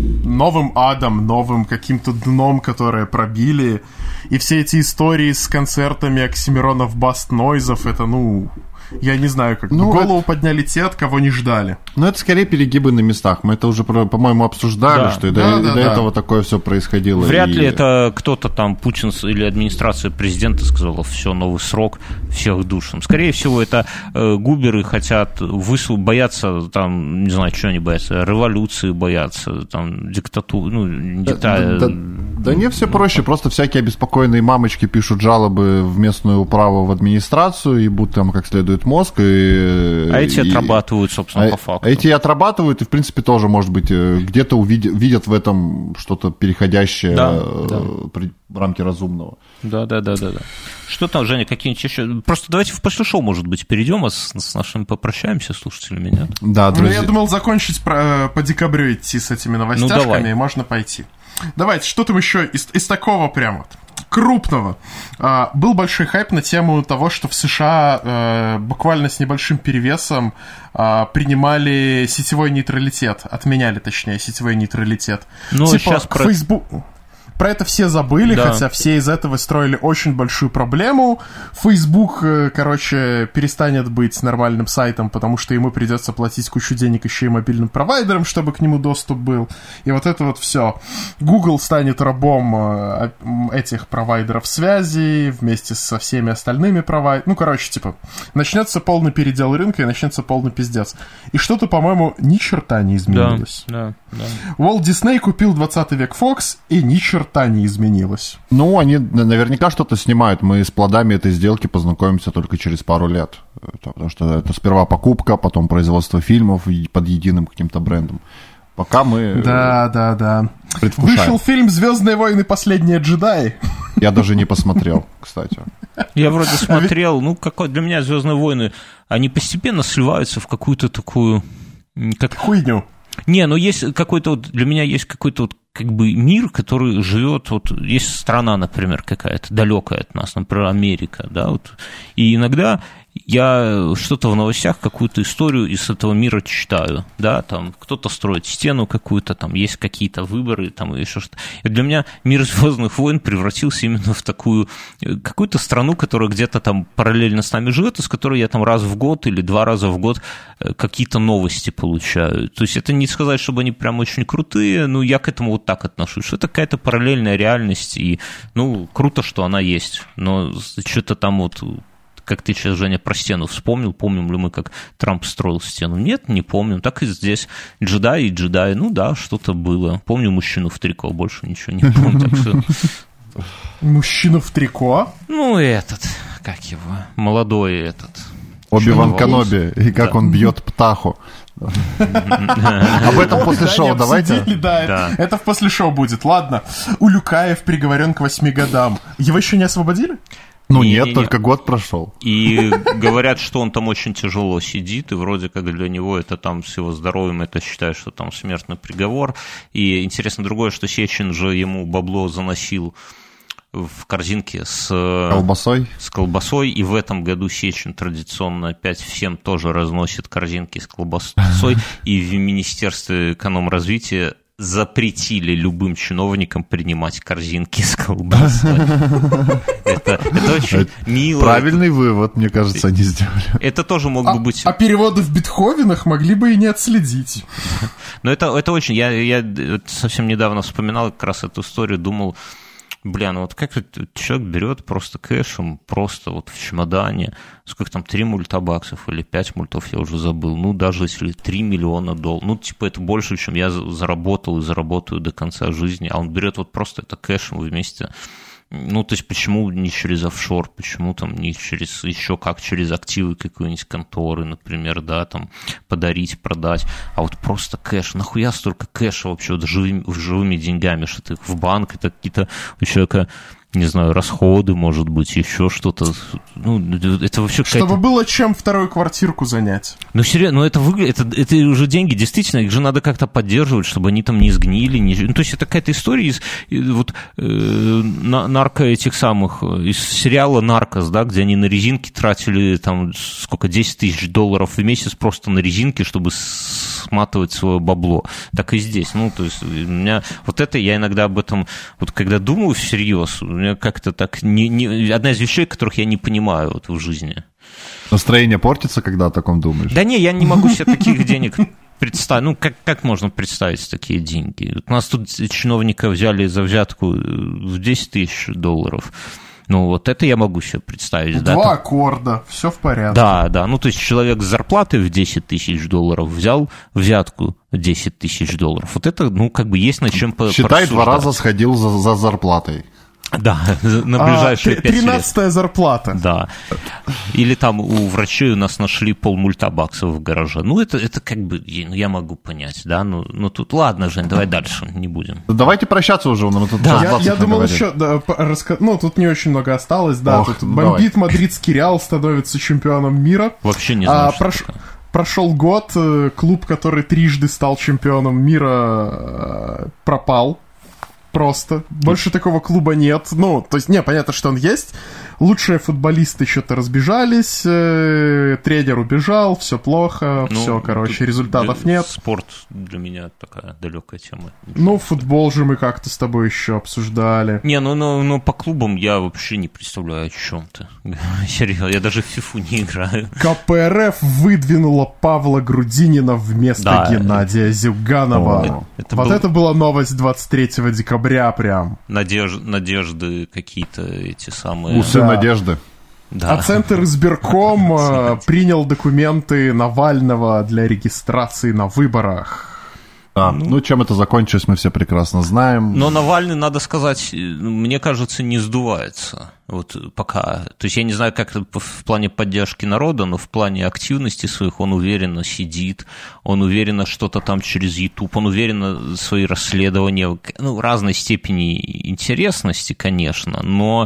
Speaker 2: новым адом, новым каким-то дном, которое пробили. И все эти истории с концертами Оксимиронов, Баст Нойзов, это, ну... Я не знаю, как ну, голову это... подняли те, от кого не ждали.
Speaker 1: Ну, это скорее перегибы на местах. Мы это уже, по-моему, обсуждали, да. что и да, до, да, и до да. этого такое все происходило.
Speaker 3: Вряд
Speaker 1: и...
Speaker 3: ли это кто-то там, Путин или администрация президента сказала, все, новый срок, всех душим. Скорее всего, это э, губеры хотят, высл... боятся, там, не знаю, что они боятся, революции боятся, там, диктатуры, ну,
Speaker 1: да, дита... да, да, да не, все проще, просто всякие обеспокоенные мамочки пишут жалобы в местную управу, в администрацию, и будут там как следует мозг. И,
Speaker 3: а эти
Speaker 1: и,
Speaker 3: отрабатывают, собственно,
Speaker 1: а,
Speaker 3: по факту.
Speaker 1: Эти отрабатывают, и, в принципе, тоже, может быть, где-то увидят, видят в этом что-то переходящее да, да. в рамки разумного.
Speaker 3: Да, да, да, да, да. Что там, Женя, какие-нибудь еще... Просто давайте в после шоу, может быть, перейдем, а с, с нашими попрощаемся слушателями, нет?
Speaker 2: Да, друзья. Ну, я думал закончить про, по декабрю идти с этими новостяшками, ну, и можно пойти. Давайте, что там еще из, из такого прям вот крупного. А, был большой хайп на тему того, что в США а, буквально с небольшим перевесом а, принимали сетевой нейтралитет, отменяли, точнее, сетевой нейтралитет.
Speaker 3: Ну,
Speaker 2: типа
Speaker 3: сейчас
Speaker 2: к, Фейсбу... про это все забыли, да. Хотя все из этого строили очень большую проблему. Facebook, короче, перестанет быть нормальным сайтом, потому что ему придется платить кучу денег еще и мобильным провайдерам, чтобы к нему доступ был. И вот это вот все. Google станет рабом этих провайдеров связи вместе со всеми остальными провайдерами. Ну, короче, типа, начнется полный передел рынка и начнется полный пиздец. И что-то, по-моему, ни черта не изменилось.
Speaker 3: Да, да, да.
Speaker 2: Walt Disney купил двадцатый век Fox, и ни черта не изменилось.
Speaker 1: Ну, они наверняка что-то снимают. Мы с плодами этой сделки познакомимся только через пару лет. Потому что это сперва покупка, потом производство фильмов под единым каким-то брендом. Пока мы...
Speaker 2: Да, да, да. Вышел фильм «Звездные войны. Последние джедаи».
Speaker 1: Я даже не посмотрел, кстати.
Speaker 3: Я вроде смотрел. Ну, какой для меня «Звездные войны», они постепенно сливаются в какую-то такую...
Speaker 2: Как... Хуйню.
Speaker 3: Не, ну есть какой-то вот, для меня есть какой-то вот как бы мир, который живет, вот есть страна, например, какая-то далекая от нас, например, Америка, да, вот, и иногда я что-то в новостях, какую-то историю из этого мира читаю, да, там кто-то строит стену какую-то, там есть какие-то выборы, там еще что-то. И для меня мир «Звездных войн» превратился именно в такую, какую-то страну, которая где-то там параллельно с нами живет, из которой я там раз в год или два раза в год какие-то новости получаю. То есть это не сказать, чтобы они прям очень крутые, но я к этому вот так отношусь, что это какая-то параллельная реальность, и, ну, круто, что она есть, но что-то там вот... Как ты сейчас, Женя, про стену вспомнил, помним ли мы, как Трамп строил стену? Нет, не помним. Так и здесь джедаи и джедаи, ну да, что-то было. Помню мужчину в трико, больше ничего не помню. Так что...
Speaker 2: Мужчину в трико?
Speaker 3: Ну, этот, как его, молодой этот.
Speaker 1: Оби-Ван Каноби, и как да. Он бьет птаху. Об этом после шоу давайте.
Speaker 2: Да, это в после шоу будет. Ладно, Улюкаев приговорен к восьми годам. Его еще не освободили?
Speaker 1: Ну и, нет, и, только год прошел.
Speaker 3: И говорят, что он там очень тяжело сидит, и вроде как для него это там с его здоровьем, это считают, что там смертный приговор. И интересно другое, что Сечин же ему бабло заносил в корзинке с
Speaker 1: колбасой.
Speaker 3: с колбасой, и в этом году Сечин традиционно опять всем тоже разносит корзинки с колбасой, и в Министерстве экономразвития запретили любым чиновникам принимать корзинки с колбасой. Это, это очень мило.
Speaker 1: Правильный это... вывод, мне кажется, они сделали.
Speaker 3: Это тоже мог
Speaker 2: а,
Speaker 3: бы быть...
Speaker 2: А переводы в бетховенах могли бы и не отследить.
Speaker 3: Но это, это очень... Я, я совсем недавно вспоминал как раз эту историю, думал, бля, ну вот как человек берет просто кэшем, просто вот в чемодане, сколько там, три мульта баксов или пять мультов, я уже забыл, ну даже если три миллиона долларов, ну типа это больше, чем я заработал и заработаю до конца жизни, а он берет вот просто это кэшем вместе. Ну, то есть, почему не через офшор, почему там не через, еще как через активы какой-нибудь конторы, например, да, там, подарить, продать, а вот просто кэш, нахуя столько кэша вообще вот живыми, живыми деньгами, что ты в банк, это какие-то у человека, не знаю, расходы, может быть, еще что-то, ну, это вообще какая-то...
Speaker 2: Чтобы было чем вторую квартирку занять.
Speaker 3: Ну, серьезно, ну, это выглядит, это, это уже деньги, действительно, их же надо как-то поддерживать, чтобы они там не сгнили, не... Ну, то есть, это какая-то история из, вот, э, нарко этих самых, из сериала «Наркос», да, где они на резинки тратили, там, сколько, десять тысяч долларов в месяц просто на резинки, чтобы сматывать свое бабло. Так и здесь, ну, то есть, у меня, вот это, я иногда об этом, вот, когда думаю всерьез, у меня как-то так... Не, не, одна из вещей, которых я не понимаю вот в жизни.
Speaker 1: Настроение портится, когда о таком думаешь?
Speaker 3: Да не, я не могу себе таких денег представить. Ну, как, как можно представить такие деньги? У нас тут чиновника взяли за взятку в десять тысяч долларов. Ну, вот это я могу себе представить.
Speaker 2: Два
Speaker 3: да,
Speaker 2: аккорда, все в порядке.
Speaker 3: Да, да. Ну, то есть человек с зарплатой в десять тысяч долларов взял взятку десять тысяч долларов. Вот это, ну, как бы есть над чем порассуждать.
Speaker 1: Считай, два раза сходил за, за зарплатой.
Speaker 3: Да, на ближайшие пять лет.
Speaker 2: тринадцатая зарплата.
Speaker 3: Да. Или там у врачей у нас нашли полмульта баксов в гараже. Ну, это, это как бы, ну, я могу понять, да, ну, ну тут, ладно, Жень, давай дальше, не будем.
Speaker 1: Давайте прощаться уже, мы тут
Speaker 2: да. Я, я думал еще, да, раска... ну, тут не очень много осталось, да, Ох, тут бомбит давай. Мадридский Реал, становится чемпионом мира.
Speaker 3: Вообще не знаю,
Speaker 2: а, прош... Прошел год, клуб, который трижды стал чемпионом мира, пропал. Просто. Больше такого клуба нет. Ну, то есть, не, понятно, что он есть. лучшие футболисты что-то разбежались, э, тренер убежал, все плохо, ну, все, короче, результатов нет.
Speaker 3: Спорт для меня такая далекая тема.
Speaker 2: Ну, футбол же мы как-то с тобой еще обсуждали.
Speaker 3: Не, ну, ну, ну по клубам я вообще не представляю, о чем ты. Серьезно, я даже в фифу не играю.
Speaker 2: ка пэ эр эф выдвинула Павла Грудинина вместо да, Геннадия это... Зюганова. О, это вот был... это была новость двадцать третьего декабря прям.
Speaker 3: Надеж... Надежды какие-то эти самые...
Speaker 1: Усы да. надежды.
Speaker 2: Да. А Центр избирком принял документы Навального для регистрации на выборах.
Speaker 1: А, ну, ну, чем это закончилось, мы все прекрасно знаем.
Speaker 3: Но Навальный, надо сказать, мне кажется, не сдувается. Вот пока. То есть я не знаю, как это в плане поддержки народа, но в плане активности своих он уверенно сидит, он уверенно что-то там через YouTube, он уверенно свои расследования, ну, в разной степени интересности, конечно, но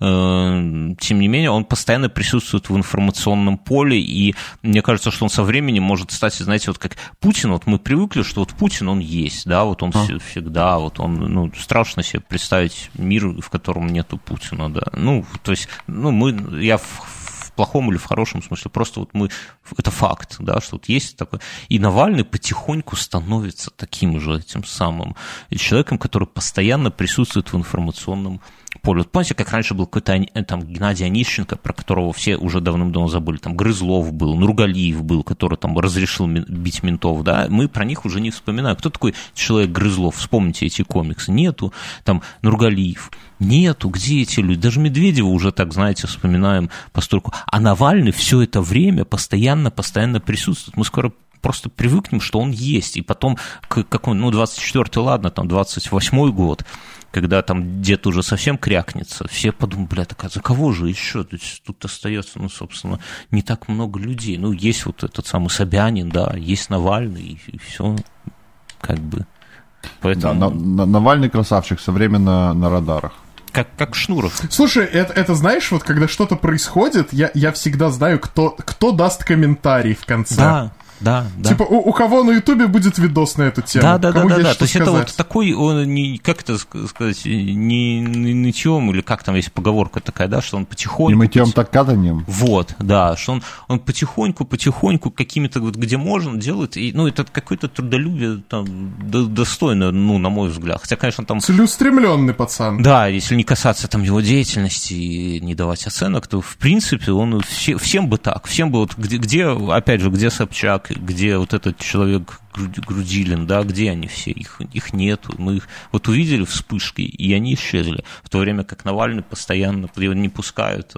Speaker 3: э, тем не менее он постоянно присутствует в информационном поле, и мне кажется, что он со временем может стать, знаете, вот как Путин, вот мы привыкли, что вот Путин, он есть, да, вот он а. всегда, вот он, ну, страшно себе представить мир, в котором нету Путина, да. Ну, то есть, ну, мы, я в, в плохом или в хорошем смысле, просто вот мы, это факт, да, что вот есть такой, и Навальный потихоньку становится таким же этим самым человеком, который постоянно присутствует в информационном поле. Вот помните, как раньше был какой-то там Геннадий Онищенко, про которого все уже давным-давно забыли, там Грызлов был, Нургалиев был, который там разрешил бить ментов, да, мы про них уже не вспоминаем. Кто такой человек Грызлов? Вспомните эти комиксы. Нету, там Нургалиев. Нету, где эти люди? Даже Медведева уже так, знаете, вспоминаем постольку. А Навальный все это время постоянно-постоянно присутствует. Мы скоро просто привыкнем, что он есть. И потом, к какому, ну, двадцать четвёртый, ладно, там, двадцать восьмой год, когда там дед уже совсем крякнется, все подумают, бля, так а за кого же еще? Тут остается, ну, собственно, не так много людей. Ну, есть вот этот самый Собянин, да, есть Навальный, и все как бы. Поэтому...
Speaker 1: Да, на, на, Навальный красавчик, все время на, на радарах.
Speaker 3: Как, как Шнуров.
Speaker 2: Слушай, это, это знаешь, вот когда что-то происходит, я, я всегда знаю, кто, кто даст комментарий в конце.
Speaker 3: Да. Да, да.
Speaker 2: Типа, у, у кого на Ютубе будет видос на эту тему?
Speaker 3: Да, да,
Speaker 2: Кому
Speaker 3: да, да, да.
Speaker 2: То
Speaker 3: есть сказать? Это вот такой, он не, как это сказать, не нытьем, или как там есть поговорка такая, да, что он потихоньку...
Speaker 1: Не мытьем, потих... так катаньем.
Speaker 3: Вот, да, что он, он потихоньку, потихоньку какими-то, вот, где можно, делает, и, ну, это какое-то трудолюбие там достойное, ну, на мой взгляд. Хотя, конечно, там...
Speaker 2: Целеустремленный пацан.
Speaker 3: Да, если не касаться там его деятельности и не давать оценок, то, в принципе, он все, всем бы так, всем бы вот, где, где, опять же, где Собчак, где вот этот человек Грудилин, да, где они все, их, их нету, мы их вот увидели вспышки, и они исчезли, в то время как Навальный постоянно, его не пускают,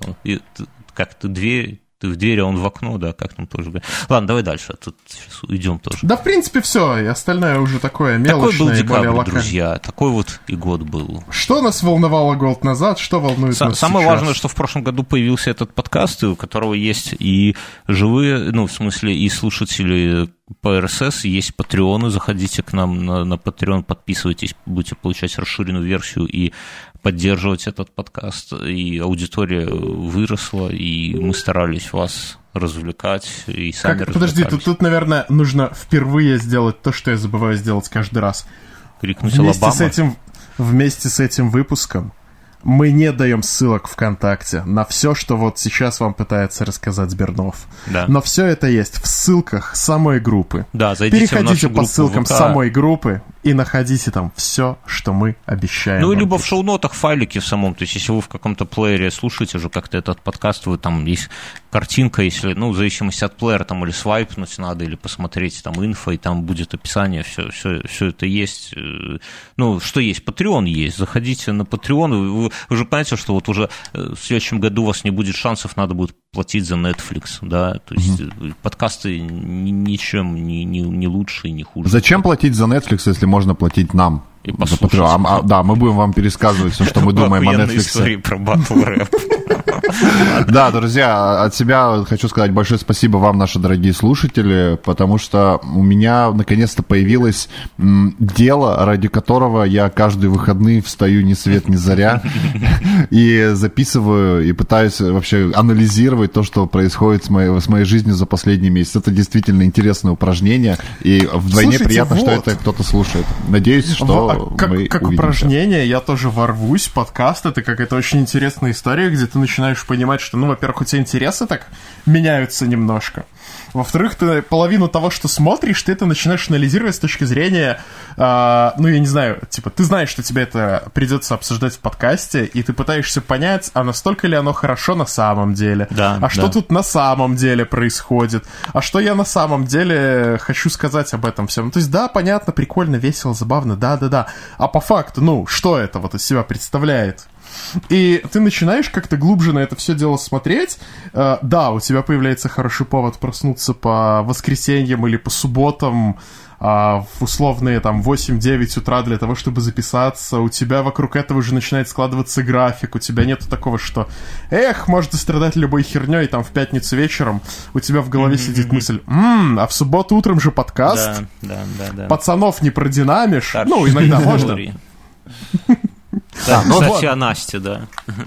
Speaker 3: как-то дверь, ты в дверь, а он в окно, да, как там тоже. Ладно, давай дальше, а тут сейчас уйдем тоже.
Speaker 2: Да, в принципе, все, и остальное уже такое мелочное.
Speaker 3: Такой был декабрь,
Speaker 2: более
Speaker 3: друзья, такой вот и год был.
Speaker 2: Что нас волновало год назад, что волнует
Speaker 3: С-
Speaker 2: нас
Speaker 3: Самое
Speaker 2: сейчас?
Speaker 3: важное, что в прошлом году появился этот подкаст, у которого есть и живые, ну, в смысле, и слушатели по эр эс эс, есть патреоны, заходите к нам на, на Patreon, подписывайтесь, будете получать расширенную версию и поддерживать этот подкаст, и аудитория выросла, и мы старались вас развлекать, и сами
Speaker 2: как, Подожди, тут, тут, наверное, нужно впервые сделать то, что я забываю сделать каждый раз.
Speaker 3: Крикнуть
Speaker 2: вместе
Speaker 3: Алабама.
Speaker 2: с этим, вместе с этим выпуском мы не даем ссылок ВКонтакте на все, что вот сейчас вам пытается рассказать Сбернов.
Speaker 3: Да.
Speaker 2: Но все это есть в ссылках самой группы.
Speaker 3: Да, зайдите
Speaker 2: Переходите
Speaker 3: в нашу
Speaker 2: по ссылкам
Speaker 3: ВК.
Speaker 2: самой группы и находите там все, что мы обещаем.
Speaker 3: Ну,
Speaker 2: вам
Speaker 3: либо
Speaker 2: писать.
Speaker 3: в шоу-нотах файлики в самом. То есть, если вы в каком-то плеере слушаете уже как-то этот подкаст, вы там есть картинка, если, ну, в зависимости от плеера, там, или свайпнуть надо, или посмотреть там инфо, и там будет описание, все, все, все это есть. Ну, что есть? Patreon есть. Заходите на Patreon. Вы, вы же понимаете, что вот уже в следующем году у вас не будет шансов, надо будет платить за Netflix, да, то есть mm-hmm. подкасты ни, ничем не, не, не лучше и не хуже.
Speaker 1: Зачем платить за Netflix, если можно платить нам?
Speaker 3: И послушать.
Speaker 1: А, а, да, мы будем вам пересказывать все, что мы думаем о Netflix.
Speaker 3: Истории про батл рэп.
Speaker 1: Да, друзья, от себя хочу сказать большое спасибо вам, наши дорогие слушатели, потому что у меня наконец-то появилось м, дело, ради которого я каждые выходные встаю ни свет ни заря и записываю, и пытаюсь вообще анализировать то, что происходит с моей, с моей жизнью за последний месяц. Это действительно интересное упражнение, и вдвойне
Speaker 2: Слушайте,
Speaker 1: приятно,
Speaker 2: вот.
Speaker 1: что это кто-то слушает. Надеюсь, что
Speaker 2: а, как,
Speaker 1: мы
Speaker 2: как
Speaker 1: увидимся.
Speaker 2: Упражнение, я тоже ворвусь. Подкаст — это какая-то очень интересная история, где ты начинаешь понимать, что, ну, во-первых, у тебя интересы так меняются немножко. Во-вторых, ты половину того, что смотришь, ты это начинаешь анализировать с точки зрения, э, ну, я не знаю, типа, ты знаешь, что тебе это придется обсуждать в подкасте, и ты пытаешься понять, а настолько ли оно хорошо на самом деле,
Speaker 3: да,
Speaker 2: а что
Speaker 3: да.
Speaker 2: тут на самом деле происходит, а что я на самом деле хочу сказать об этом всем. То есть, да, понятно, прикольно, весело, забавно, да-да-да, а по факту, ну, что это вот из себя представляет? И ты начинаешь как-то глубже на это все дело смотреть. Uh, да, у тебя появляется хороший повод проснуться по воскресеньям или по субботам uh, в условные там восемь-девять утра для того, чтобы записаться. У тебя вокруг этого уже начинает складываться график. У тебя нету такого, что эх, можно страдать любой херней, там в пятницу вечером у тебя в голове mm-hmm. сидит мысль: «Ммм, а в субботу утром же подкаст.
Speaker 3: Да, да, да, да.
Speaker 2: Пацанов не продинамишь». Старший. Ну, иногда можно.
Speaker 3: Да,
Speaker 2: ну,
Speaker 3: кстати, о Насте, да.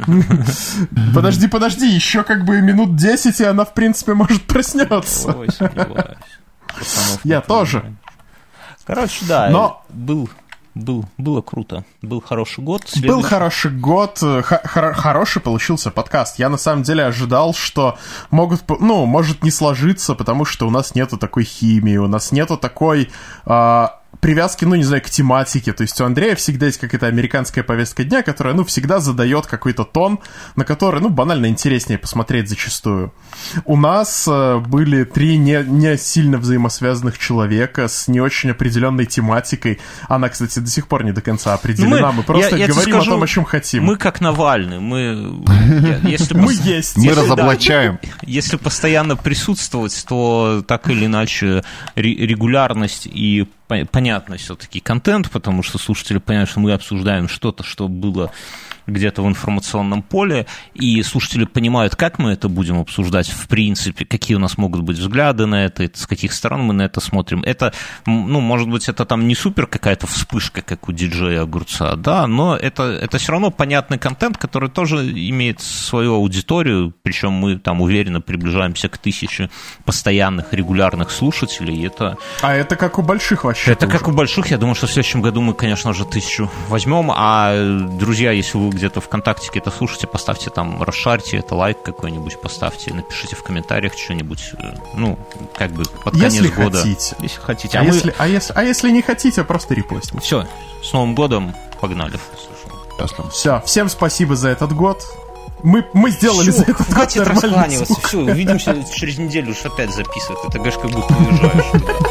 Speaker 2: Подожди, подожди, еще как бы минут десять, и она, в принципе, может, проснется.
Speaker 3: Ой, сомневаюсь.
Speaker 2: Я тоже.
Speaker 3: Короче, да,
Speaker 2: Но...
Speaker 3: был, был, было круто. Был хороший год.
Speaker 2: Следующий... Был хороший год. Хор- хороший получился подкаст. Я, на самом деле, ожидал, что могут, ну, может не сложиться, потому что у нас нету такой химии, у нас нету такой... А... привязки, ну, не знаю, к тематике. То есть у Андрея всегда есть какая-то американская повестка дня, которая, ну, всегда задает какой-то тон, на который, ну, банально интереснее посмотреть зачастую. У нас э, были три не, не сильно взаимосвязанных человека с не очень определенной тематикой. Она, кстати, до сих пор не до конца определена. Мы, мы просто я, я говорим скажу, о том, о чем хотим.
Speaker 3: Мы как Навальный. Мы, если
Speaker 2: мы есть.
Speaker 1: Мы разоблачаем.
Speaker 3: Если постоянно присутствовать, то так или иначе регулярность и понятно все-таки контент, потому что слушатели понимают, что мы обсуждаем что-то, что было где-то в информационном поле, и слушатели понимают, как мы это будем обсуждать, в принципе, какие у нас могут быть взгляды на это, с каких сторон мы на это смотрим. Это, ну, может быть, это там не супер какая-то вспышка, как у диджея Огурца, да, но это, это все равно понятный контент, который тоже имеет свою аудиторию, причем мы там уверенно приближаемся к тысяче постоянных, регулярных слушателей, и это...
Speaker 2: А это как у больших вообще.
Speaker 3: Это уже. Как у больших, я думаю, что в следующем году мы, конечно же, тысячу возьмем, а, друзья, если вы где-то ВКонтакте это слушайте, поставьте там, расшарьте это, лайк какой-нибудь поставьте, напишите в комментариях что-нибудь, ну, как бы под конец
Speaker 2: если
Speaker 3: года.
Speaker 2: Хотите.
Speaker 3: Если хотите.
Speaker 2: А,
Speaker 3: А,
Speaker 2: если,
Speaker 3: мы...
Speaker 2: а, если, а если не хотите, просто репостните.
Speaker 3: Все, с Новым годом, погнали.
Speaker 2: Все, всем спасибо за этот год. Мы, мы сделали
Speaker 3: Всё,
Speaker 2: за этот
Speaker 3: хватит
Speaker 2: год нормальный
Speaker 3: раскланиваться.
Speaker 2: звук.
Speaker 3: Все, увидимся через неделю, уж опять записывать. Это, говоришь, как будто уезжаешь.